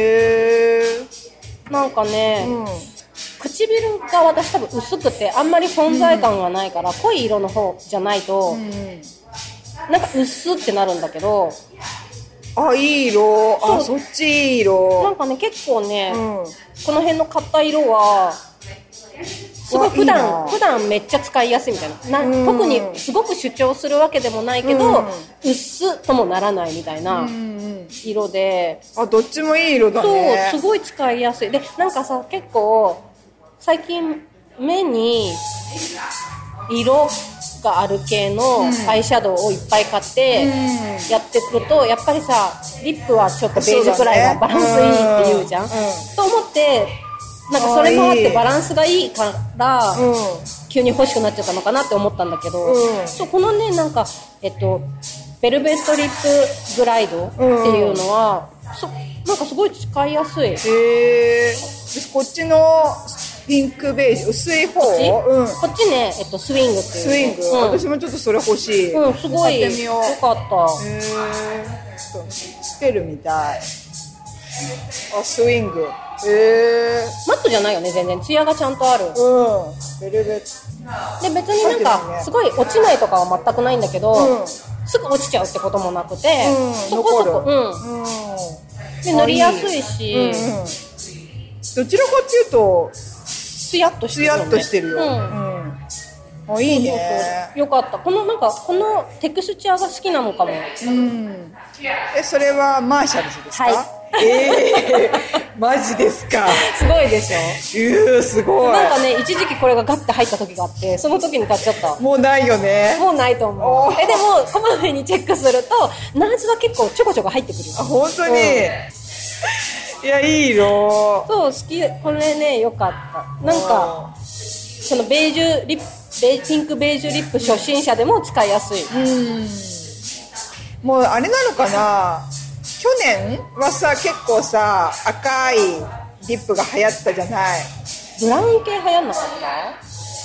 なんかね、唇が私多分薄くてあんまり存在感がないから、濃い色の方じゃないと、なんか薄ってなるんだけどいい色。そっちいい色。 なんかね結構ね、この辺の買った色はすごい普段めっちゃ使いやすいみたいな、特にすごく主張するわけでもないけど、薄ともならないみたいな色で、 どっちもいい色だね。 すごい使いやすい。でなんかさ結構最近目に色がある系のアイシャドウをいっぱい買ってやってると、やっぱりさリップはちょっとベージュくらいがバランスいいって言うじゃん、と思ってなんかそれもあってバランスがいいから、急に欲しくなっちゃったのかなって思ったんだけど、このねなんかベルベットリップグライドっていうのは、なんかすごい使いやすい。 こっちのピンクベージュ薄い方？こっちねスイングっていう。 スイング。私もちょっとそれ欲しい。 すごい良かった。 スペルみたい。スイング。 マットじゃないよね全然。ツヤがちゃんとある。 ベルベット。 で別になんかすごい落ちないとかは全くないんだけど、すぐ落ちちゃうってこともなくて、そこそこで塗りやすいし、 どちらかっていうとツヤっとしてるよね。 いいね。 そうよかった。このテクスチャーが好きなのかも。 それはマーシャルズですか？はい。マジですか？ すごいでしょ？ すごい。 なんかね、一時期これがガッて入った時があって、その時に買っちゃった。 もうないよね。 もうないと思う。でも、こまめにチェックすると、ナーズは結構ちょこちょこ入ってくる。 あ、本当に？いや、いいの。 そう、好き。これね、よかった。なんか、そのピンクベージュリップ初心者でも使いやすい。 もうあれなのかな、去年はさ、結構さ、赤いリップが流行ったじゃない。 ブラウン系流行んなかった？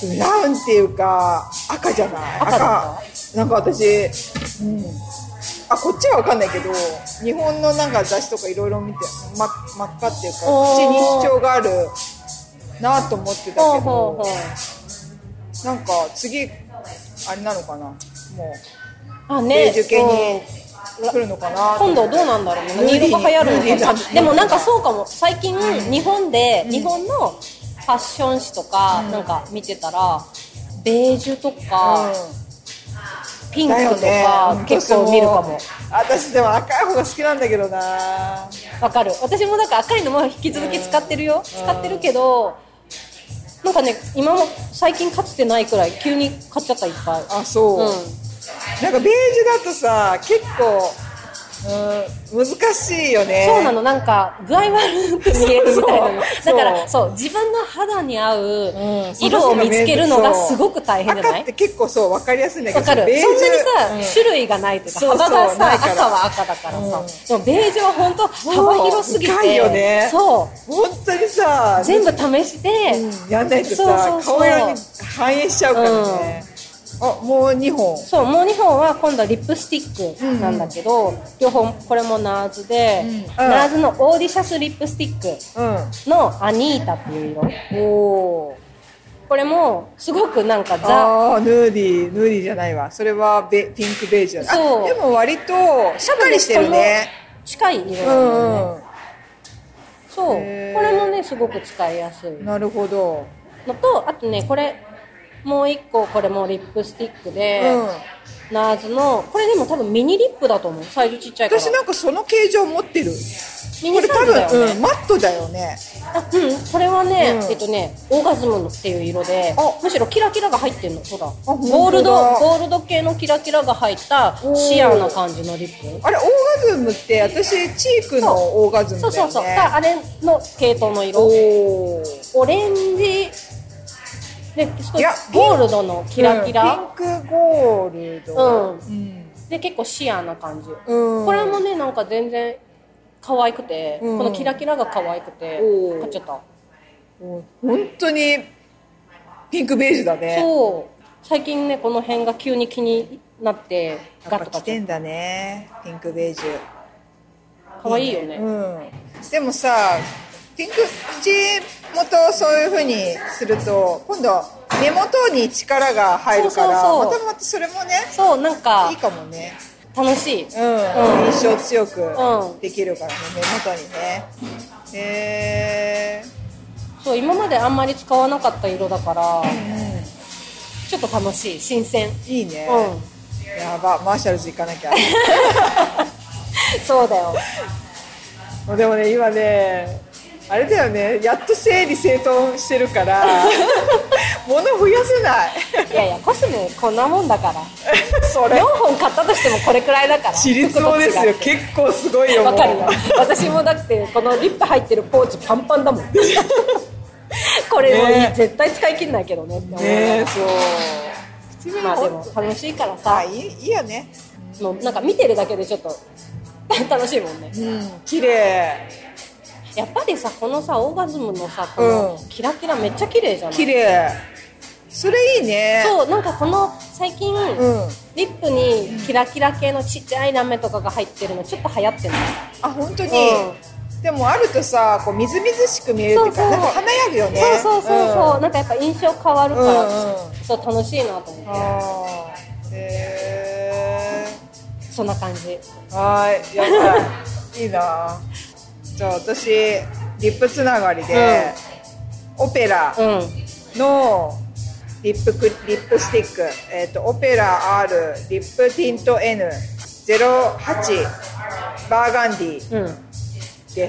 ブラウンっていうか赤じゃない。赤なんか私、こっちは分かんないけど、日本のなんか雑誌とかいろいろ見て、真っ赤っていうか口に主張があるなと思ってたけど、なんか次あれなのかな、もうベージュ系に来るのかな。 今度どうなんだろうね。何色が流行るのかな。でもなんかそうかも。最近日本のファッション誌とかなんか見てたら、ベージュとかピンクとか結構見るかも。 私でも赤い方が好きなんだけどな。 わかる。私もなんか赤いのも引き続き使ってるよ。使ってるけど、なんかね、今も最近かつてないくらい急に買っちゃった、いっぱい。 あ、そう。なんかベージュだとさ、結構難しいよね。 そうなの。なんか具合悪く見えるみたいなの。だからそう、自分の肌に合う色を見つけるのがすごく大変じゃない？ 赤って結構そう分かりやすいんだけど、 分かる。そんなにさ、種類がないというか、幅がさ、赤は赤だからさ、でもベージュは本当幅広すぎて、 深いよね。 そう、 本当にさ、 全部試してやんないとさ、顔色に反映しちゃうからね。もう2本。そう、 もう2本は今度はリップスティックなんだけど、両方これもナーズで、ナーズのオーディシャスリップスティックのアニータっていう色。これもすごくなんかヌーディーじゃないわ。それはピンクベージュ。でも割としっかりしてるね。 近い色なんだよね。そう、これもねすごく使いやすい。 なるほど。 のと、あとね、これもう一個、これもリップスティックで、ナーズの、これでも多分ミニリップだと思う。サイズちっちゃいから。 私なんかその形状持ってる。 ミニサイズだよね。 マットだよね。 これはね、オーガズムっていう色で、むしろキラキラが入ってるの。そうだ。ゴールド系のキラキラが入ったシアーな感じのリップ。 あれ、オーガズムって私、チークのオーガズムだよね。 そう。あれの系統の色。オレンジ、で、ゴールドのキラキラ、 ピンクゴールド、 で結構シアーな感じ、これもねなんか全然可愛くて、このキラキラが可愛くて買っちゃった。 本当にピンクベージュだね。 そう最近ねこの辺が急に気になってガッと買っちゃった。やっぱ着てんだね、ピンクベージュ。 可愛いよね。 でもさ、ピンク口元そういう風にすると今度目元に力が入るから、またそれもね、 そうなんかいいかもね。 楽しい。 印象強くできるからね、目元にね。 そう今まであんまり使わなかった色だから、ちょっと楽しい、新鮮。 いいね。やば、マーシャルズ行かなきゃ。 そうだよ。 でもね今ね。あれだよね、やっと整理整頓してるから物増やせない。 いやいや、コスメこんなもんだからそれ 4本買ったとしてもこれくらいだから。 ちりつもですよ、結構すごいよ。 わかるよ。私もだってこのリップ入ってるポーチパンパンだもんこれも絶対使い切んないけどねって思う。 そうまあでも楽しいからさ、 いいよね。 なんか見てるだけでちょっと楽しいもんね。 綺麗。 やっぱりさ、このさオーガズムのさこのキラキラめっちゃ綺麗じゃない？ 綺麗。それいいね。 そうなんかこの最近、リップにキラキラ系のちっちゃいラメとかが入ってるのちょっと流行ってない？ あ、本当に。でもあるとさ、こうみずみずしく見えるっていうか、なんか華やぐよね。 そうなんかやっぱ印象変わるから、そう楽しいなと思って。そんな感じ。 はい、やったいいな。じゃあ私リップつながりで、オペラのリップスティック、オペラ R リップティント N08 バーガンディです、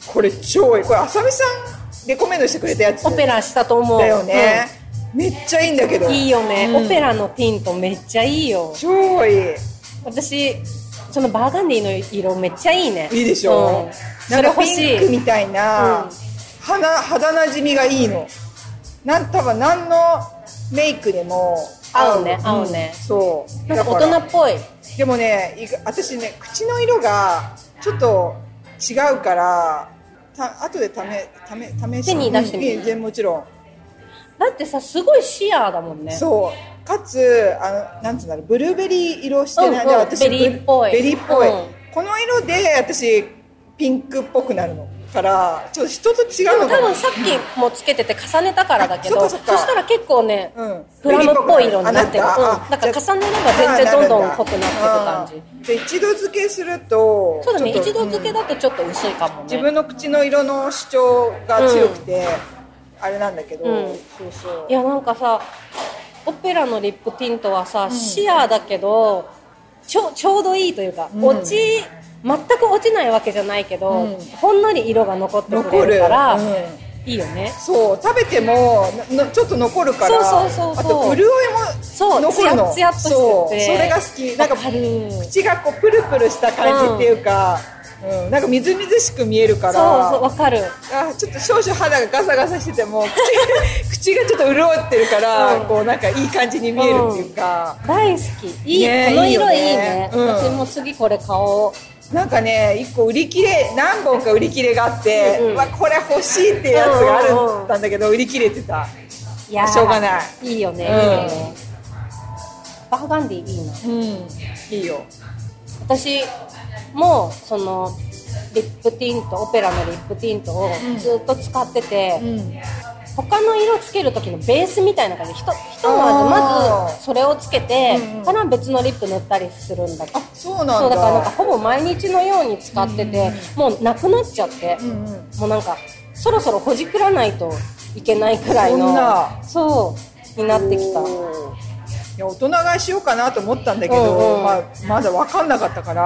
これ超いい。これあさみさんレコメンドしてくれたやつオペラしたと思うだよね、めっちゃいいんだけど。 いいよね、オペラのティントめっちゃいいよ。 超いい。 私そのバーガンディの色めっちゃいいね。 いいでしょ、なんかピンクみたいな、肌なじみがいいの。多分何のメイクでも合うね、合うね。 そうなんか大人っぽい。でもね、私ね、口の色がちょっと違うから後で試手に出してみる。 全然もちろん。 だってさ、すごいシアーだもんね。 そうかつなんつうんだろう、ブルーベリー色してない、私ベリーっぽい、 この色で私ピンクっぽくなるのからちょっと人と違うのかな。 でも多分さっきもつけてて重ねたからだけど、そしたら結構ね、プラムっぽい色になってる。だから重ねれば全然どんどん濃くなっていく感じで、一度漬けするとそうだね、一度漬けだとちょっと薄いかもね。 自分の口の色の主張が強くて、あれなんだけど、 いやなんかさ、オペラのリップティントはさ、シアーだけどちょうどいいというか、全く落ちないわけじゃないけど、ほんのり色が残ってくれるから、いいよね。 そう食べてもちょっと残るから、あと潤いも残るの。 ツヤッとしてて、 それが好き。なんか口がこうプルプルした感じっていうか、なんかみずみずしく見えるから。 そうわかる。 ちょっと少々肌がガサガサしてても口がちょっと潤ってるから、こうなんかいい感じに見えるっていうか、 大好き。この色いいね。私も次これ買おう。 なんかね、1個売り切れ、何本か売り切れがあって、これ欲しいっていうやつがあったんだけど、売り切れてた。しょうがない。 いいよね、いいよね。バーガンディいいな。 いいよ。 私もそのリップティント、オペラのリップティントをずっと使ってて、他の色つける時のベースみたいな感じで、ひとまずそれをつけてから別のリップ塗ったりするんだけど、 そうなんだ。 そうだからなんかほぼ毎日のように使ってて、もうなくなっちゃって、もうなんかそろそろほじくらないといけないくらいのそうになってきた。いや、大人買いしようかなと思ったんだけど、まだ分かんなかったから、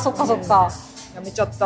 そっかそっか、 やめちゃった。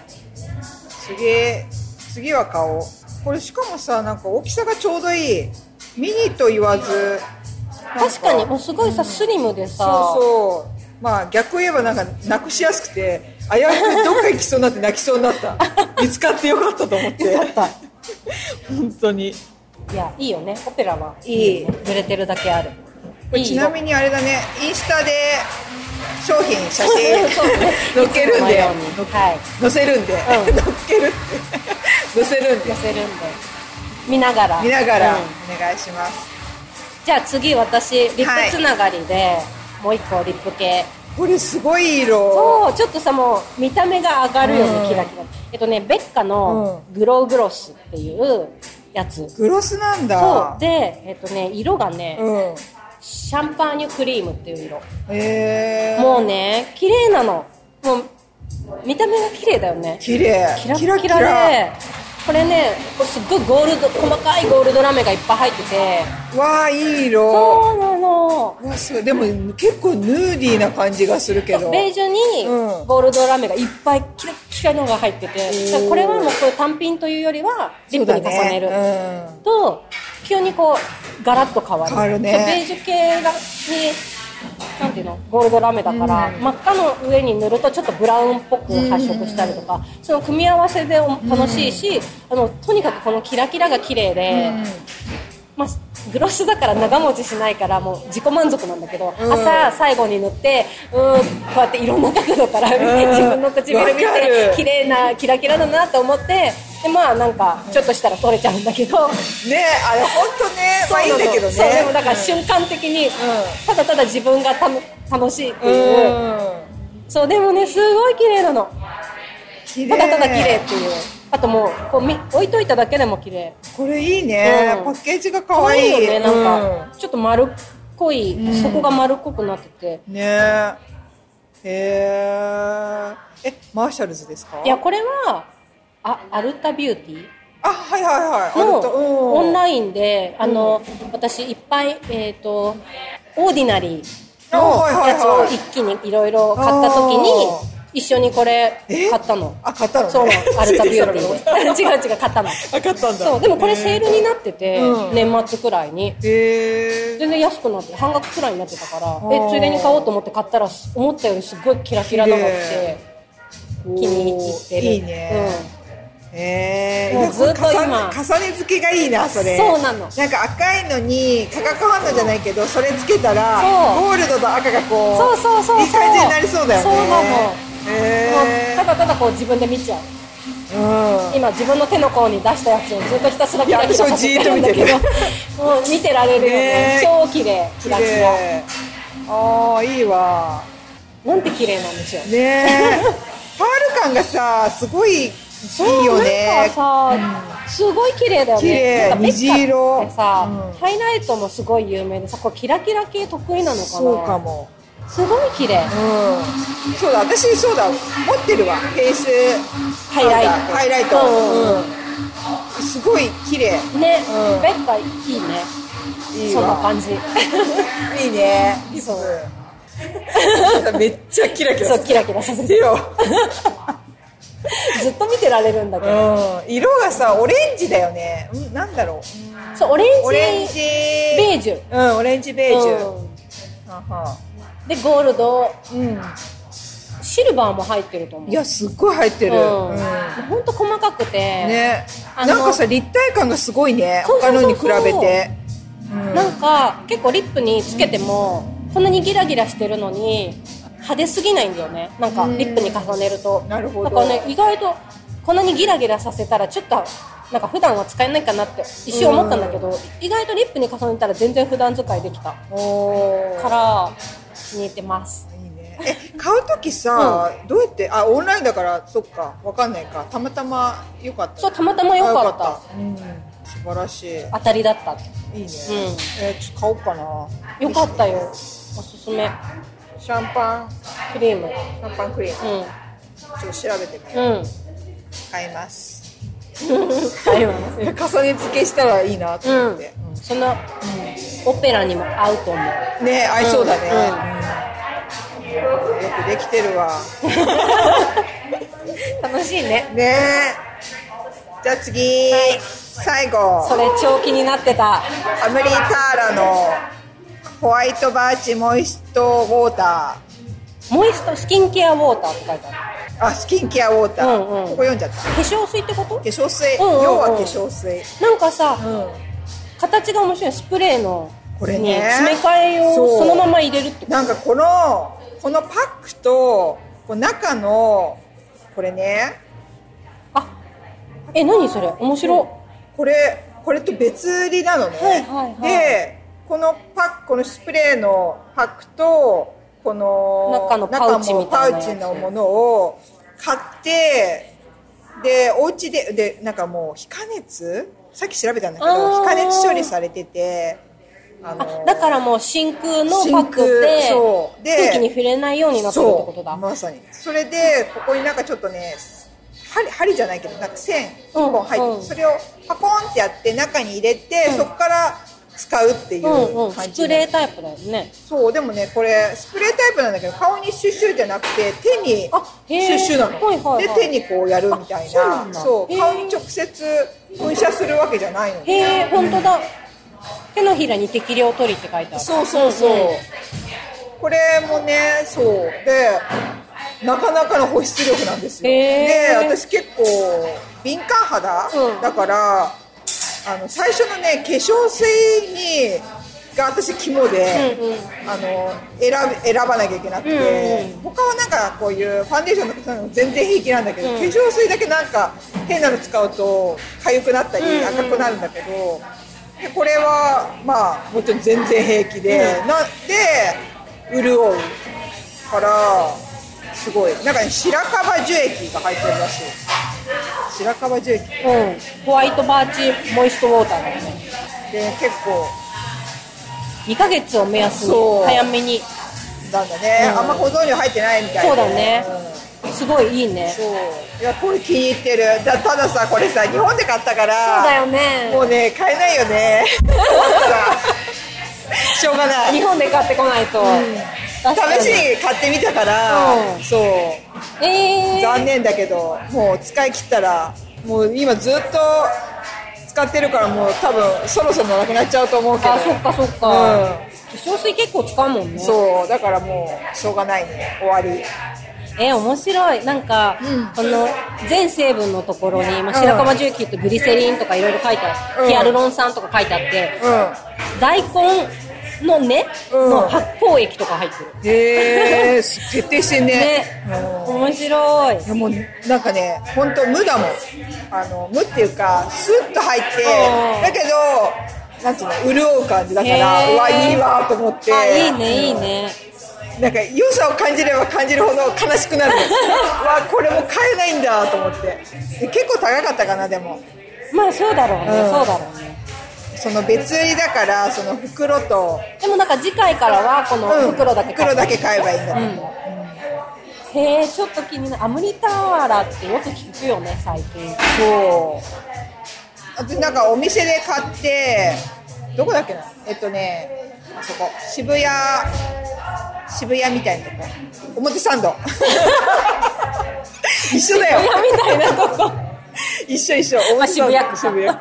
次は買おう。これしかもさ、なんか大きさがちょうどいい。ミニと言わず、 確かにもうすごいさ、スリムでさ、 まあ逆言えばなんかなくしやすくて、危うくどっか行きそうになって泣きそうになった。見つかってよかったと思って。よかった。本当に。いや、いいよね。オペラはいい。濡れてるだけある。 ちなみにあれだね、インスタで写真載っけるんで、載せるんで、載っけるって載せるんで見ながらお願いします。 じゃあ次、私リップつながりでもう一個リップ系。 これすごい色。 そうちょっとさ、もう見た目が上がるよね、キラキラ。ベッカのグローグロスっていうやつ。 グロスなんだ。 そうで、色がね、シャンパーニュクリームっていう色。もうね、綺麗なの。もう見た目が綺麗だよね。 綺麗。 キラキラで、これね、すっごい細かいゴールドラメがいっぱい入ってて。 わあ、いい色。 そうなの。 わ、すごい。でも結構ヌーディーな感じがするけど。 ベージュにゴールドラメがいっぱいキラキラのが入ってて、これはもうこれ単品というよりはリップに重ねると急にこうガラッと変わる。 変わるね。 ベージュ系になんていうの、ゴールドラメだから、真っ赤の上に塗るとちょっとブラウンっぽく発色したりとか、その組み合わせで楽しいし、とにかくこのキラキラが綺麗で、グロスだから長持ちしないからもう自己満足なんだけど、朝最後に塗ってこうやっていろんな角度から自分の唇見て綺麗なキラキラだなと思って、でなんかちょっとしたら取れちゃうんだけどね、 あれ本当ね、いいんだけどね。 そう、でもだから瞬間的にただただ自分が楽しいっていう、そう、でもね、すごい綺麗なの。ただただ綺麗っていう。あともう置いといただけでも綺麗。これいいね、パッケージが可愛いよね。なんかちょっと丸っこい、底が丸っこくなっててね。マーシャルズですか？ いや、これはアルタビューティーあ、はいはいはい。 のオンラインで、私いっぱい、オーディナリーのやつを一気にいろいろ買った時に、一緒にこれ買ったの。 あ、買ったのね。 そう、アルタビューティーで。違う、買ったの。 買ったんだ。 そう、でもこれセールになってて、年末くらいに。 全然安くなって、半額くらいになってたから、ついでに買おうと思って買ったら、思ったよりすごいキラキラなのって、気に入ってる。 いいね。 もうずっと今重ね付けがいいな、それ。 そうなの。 なんか赤いのに化学反応じゃないけど、それつけたらゴールドと赤がこういい感じになりそうだよね。 そうなの。ただただこう自分で見ちゃう。今自分の手の甲に出したやつをずっとひたすらキラキラさせてるんだけど、もう見てられるよね。超綺麗、キラキラ。 ああ、いいわ。 なんて綺麗なんでしょう。 ね。パール感がさ、すごいいいよね。 なんかさ、すごい綺麗だよね。 綺麗、虹色。 でさ、ハイライトもすごい有名でさ、これキラキラ系得意なのかな。 そうかも。 すごい綺麗。 そうだ、私そうだ、持ってるわ。フェイスハイライト。 すごい綺麗。 ね、ベッカいいね。そんな感じ。 いいね。そう。めっちゃキラキラ。 そう、キラキラさせてよ。ずっと見てられるんだけど。 色がさ、オレンジだよね。なんだろう。そう、オレンジベージュ。 オレンジベージュ。 で、ゴールド。シルバーも入ってると思う。 いや、すっごい入ってる。 ほんと細かくて。 ね。なんかさ、立体感がすごいね。他のに比べて。 なんか、結構リップにつけても、こんなにギラギラしてるのに、派手すぎないんだよね。なんかリップに重ねると。 なるほど。 だからね、意外とこんなにギラギラさせたらちょっとなんか普段は使えないかなって一瞬思ったんだけど、意外とリップに重ねたら全然普段使いできた。から気に入ってます。 いいね。買うときさ、どうやってオンラインだからそっかわかんないか。たまたま良かった。 そう、たまたま良かった。 素晴らしい。 当たりだった。 いいね。ちょっと買おうかな。 良かったよ。おすすめ。 シャンパンクリーム。 シャンパンクリーム。ちょっと調べてみよう。買います。 買います。 重ね付けしたらいいなと思って。 そのオペラにも合うと思う。 ね、合いそうだね。よくできてるわ。 楽しいね。 ね。じゃあ次、最後。 それ超気になってた。 アムリーターラのホワイトバーチモイストウォーター。モイストスキンケアウォーターって書いてある。 スキンケアウォーター。ここ読んじゃった。 化粧水ってこと？ 化粧水。要は化粧水。 なんかさ、形が面白い。スプレーのこれね、 詰め替えをそのまま入れるってこと？ なんかこのパックと中のこれね。 何それ？面白い。 これと別売りなのね。で、このスプレーのパックとこの中のパウチみたいなやつのものを買って、でお家でなんかもう非加熱、さっき調べたんだけど非加熱処理されてて、 だからもう真空のパックで空気に触れないようになってるってことだ。 まさに。それでここになんかちょっとね、針じゃないけどなんか線1本入って、それをパコンってやって中に入れて、そこから使うっていう感じ。 スプレータイプだよね。 そう、でもね、これスプレータイプなんだけど、顔にシュッシュじゃなくて手にシュッシュなの。で、手にこうやるみたいな。そう、顔に直接噴射するわけじゃないの。 本当だ。手のひらに適量取りって書いてある。 そう。これもね、そうで、なかなかの保湿力なんですよ。で、私結構敏感肌だから、最初のね、化粧水が私肝で、選ばなきゃいけなくて、他はなんかこういうファンデーションとかそういうの全然平気なんだけど、化粧水だけなんか変なの使うと痒くなったり赤くなるんだけど、でこれはまあもちろん全然平気で、潤うからすごい。なんかね、白樺樹液が入ってるらしい。白樺樹液。 ホワイトバーチモイストウォーターだよね。 で、結構 2ヶ月を目安に早めに。 なんだね。あんま保存料入ってないみたいな。 そうだね。 すごいいいね。 そういやこれ気に入ってる。たださこれさ日本で買ったからそうだよね。 もうね買えないよねしょうがない。 日本で買ってこないと、 試しに買ってみたから、そう、残念だけどもう使い切ったらもう今ずっと使ってるからもう多分そろそろなくなっちゃうと思うけど。 あ、そっかそっか、化粧水結構使うもんね。 そうだからもうしょうがないね、終わり。 面白い。なんか、この全成分のところに、白樺重機とグリセリンとかいろいろ書いてある、ヒアルロン酸とか書いてあって、大根の根の発酵液とか入ってる。 へー徹底してんね。 面白い。 いやもうなんかね本当無だもん。無っていうかスッと入ってだけどなんていうの潤う感じだからうわいいわと思って。 いいねいいね。 なんか良さを感じれば感じるほど悲しくなるわこれも買えないんだと思って結構高かったかな。でもまあそうだろうね、そうだろうね。 その別売りだからその袋とでもなんか次回からはこの袋だけ買えばいいんだと思う。 へえちょっと気になる。アムリタワラってよく聞くよね最近。 そうあとなんかお店で買ってどこだっけなあそこ渋谷みたいなとこ表参道一緒だよ渋谷みたいなとこ一緒渋谷区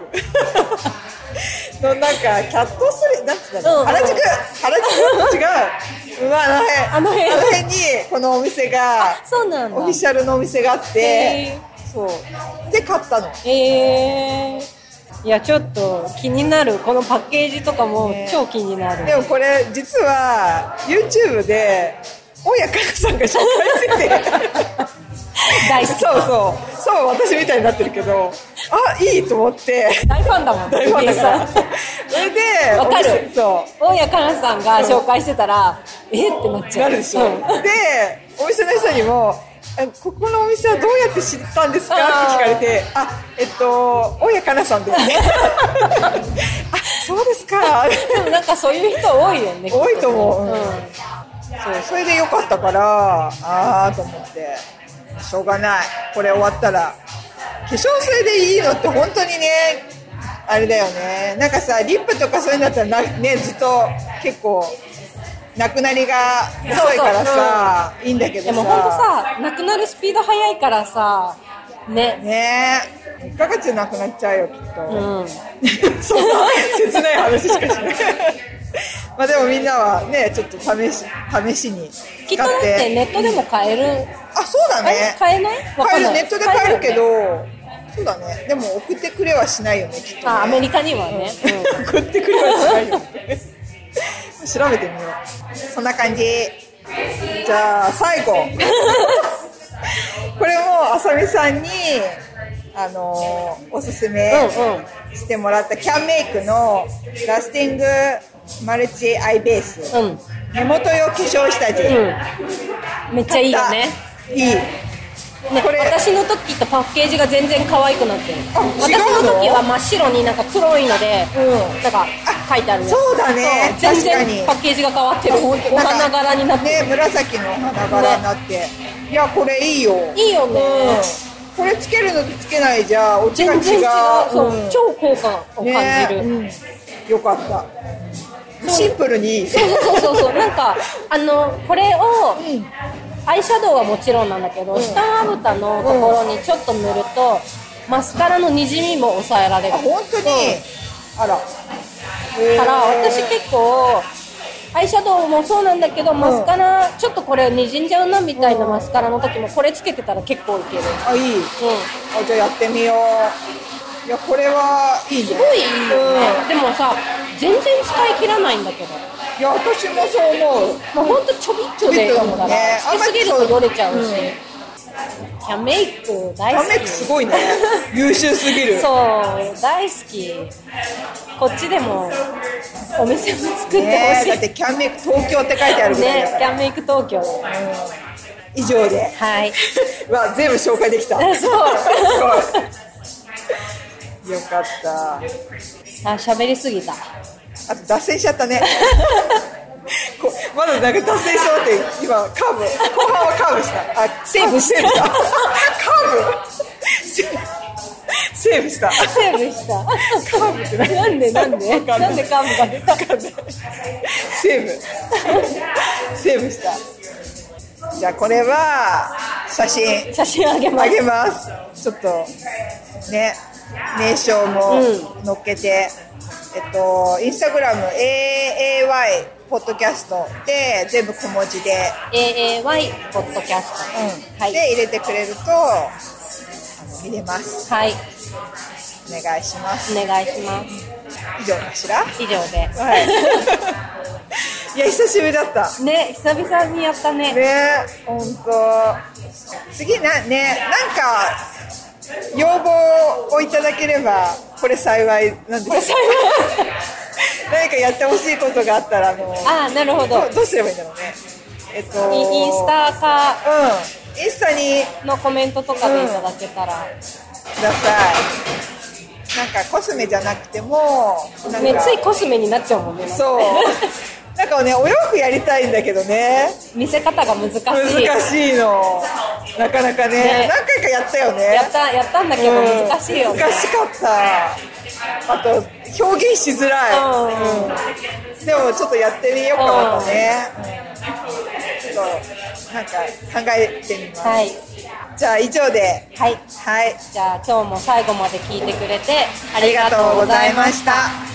のなんかキャットスリーなんつったの、原宿違うあの辺にこのお店がそうなんだ。 オフィシャルのお店があってそうで買ったの。 いやちょっと気になる。このパッケージとかも超気になる。 でもこれ実は YouTube で大谷佳奈さんが紹介してて大好き。 そう私みたいになってるけどいいと思って大ファンだもん。 大ファンだからそれでわかる。 そう大谷佳奈さんが紹介してたらってなっちゃう。 なるでしょ、でお店の人にもここのお店はどうやって知ったんですかって聞かれて大谷佳奈さんですねそうですかでもなんかそういう人多いよね。 多いと思う、それでよかったからと思ってしょうがないこれ終わったら化粧水でいいのって本当にねあれだよね。なんかさリップとかそういうのだったらねずっと結構なくなりが遅いからさいいんだけどさ。 でも本当さなくなるスピード速いからさね1ヶ月なくなっちゃうよきっと、そんな切ない話しかしないまあでもみんなはねちょっと試しにきっとだってネットでも買える。 そうだね買えない？ ネットで買えるけどそうだね。でも送ってくれはしないよねきっとね。 アメリカにはね、 送ってくれはしないよね調べてみよう。そんな感じ。じゃあ最後これもあさみさんにおすすめしてもらったキャンメイクのラスティングマルチアイベース、目元用化粧下地、 めっちゃいいよね。 いいこれ私の時とパッケージが全然可愛くなってる。私の時は真っ白になんか黒いので、なんか書いてあるやつ。 そうだね。 全然パッケージが変わってる。お花柄になってる。 ね、紫の花柄になって。いやこれいいよ。 いいよね。 これつけるのとつけないじゃ落ちが違う。 全然違う。超効果を感じる。 よかった。シンプルに。 そうなんかこれをアイシャドウはもちろんなんだけど、下まぶたのところにちょっと塗ると、マスカラのにじみも抑えられる。 本当に、あら。 から私結構アイシャドウもそうなんだけど、マスカラちょっとこれにじんじゃうなみたいなマスカラの時もこれつけてたら結構いける。 いい。じゃあやってみよう。いやこれはいいね。 すごいいいよね。でもさ全然使い切らないんだけど。 いや私もそう思う。 まあ本当ちょびっとでいいから、つけすぎるとよれちゃうし。キャンメイク大好き。 キャンメイクすごいね。優秀すぎる。 そう大好き。こっちでもお店も作ってほしい。 だってキャンメイク東京って書いてあるぐらいだから。 キャンメイク東京。 以上で。 はい。 全部紹介できた。 そう。 すごい。よかった。 喋りすぎた。 あと脱線しちゃったね。 まだなんか脱線しそうって今カーブ後半はカーブした。 セーブしたカーブセーブしたセーブしたカーブってなんでカーブが出たセーブしたじゃあこれは写真あげます。ちょっとね名称も載っけて、インスタグラム AAY ポッドキャストで全部小文字で AAY ポッドキャスト、 はい、で入れてくれると見れます。 はい、 お願いします。 以上かしら。 以上で、 はい、いや久しぶりだったね。久々にやったね。 本当次なんか要望をいただければこれ幸いなんですよ。何かやってほしいことがあったらなるほど。 どうすればいいんだろうね。 インスタか、 インスタにのコメントとかでいただけたら、 ください。なんかコスメじゃなくてもね、ついコスメになっちゃうもんね。 そうなんかねお洋服やりたいんだけどね、 見せ方が難しいのなかなかね何回かやったよね。 やったんだけど難しいよね。 難しかった。あと表現しづらい、でもちょっとやってみようかまたね、ちょっとなんか考えてみます。はい、じゃあ以上で、 はい、じゃあ今日も最後まで聞いてくれてありがとうございました。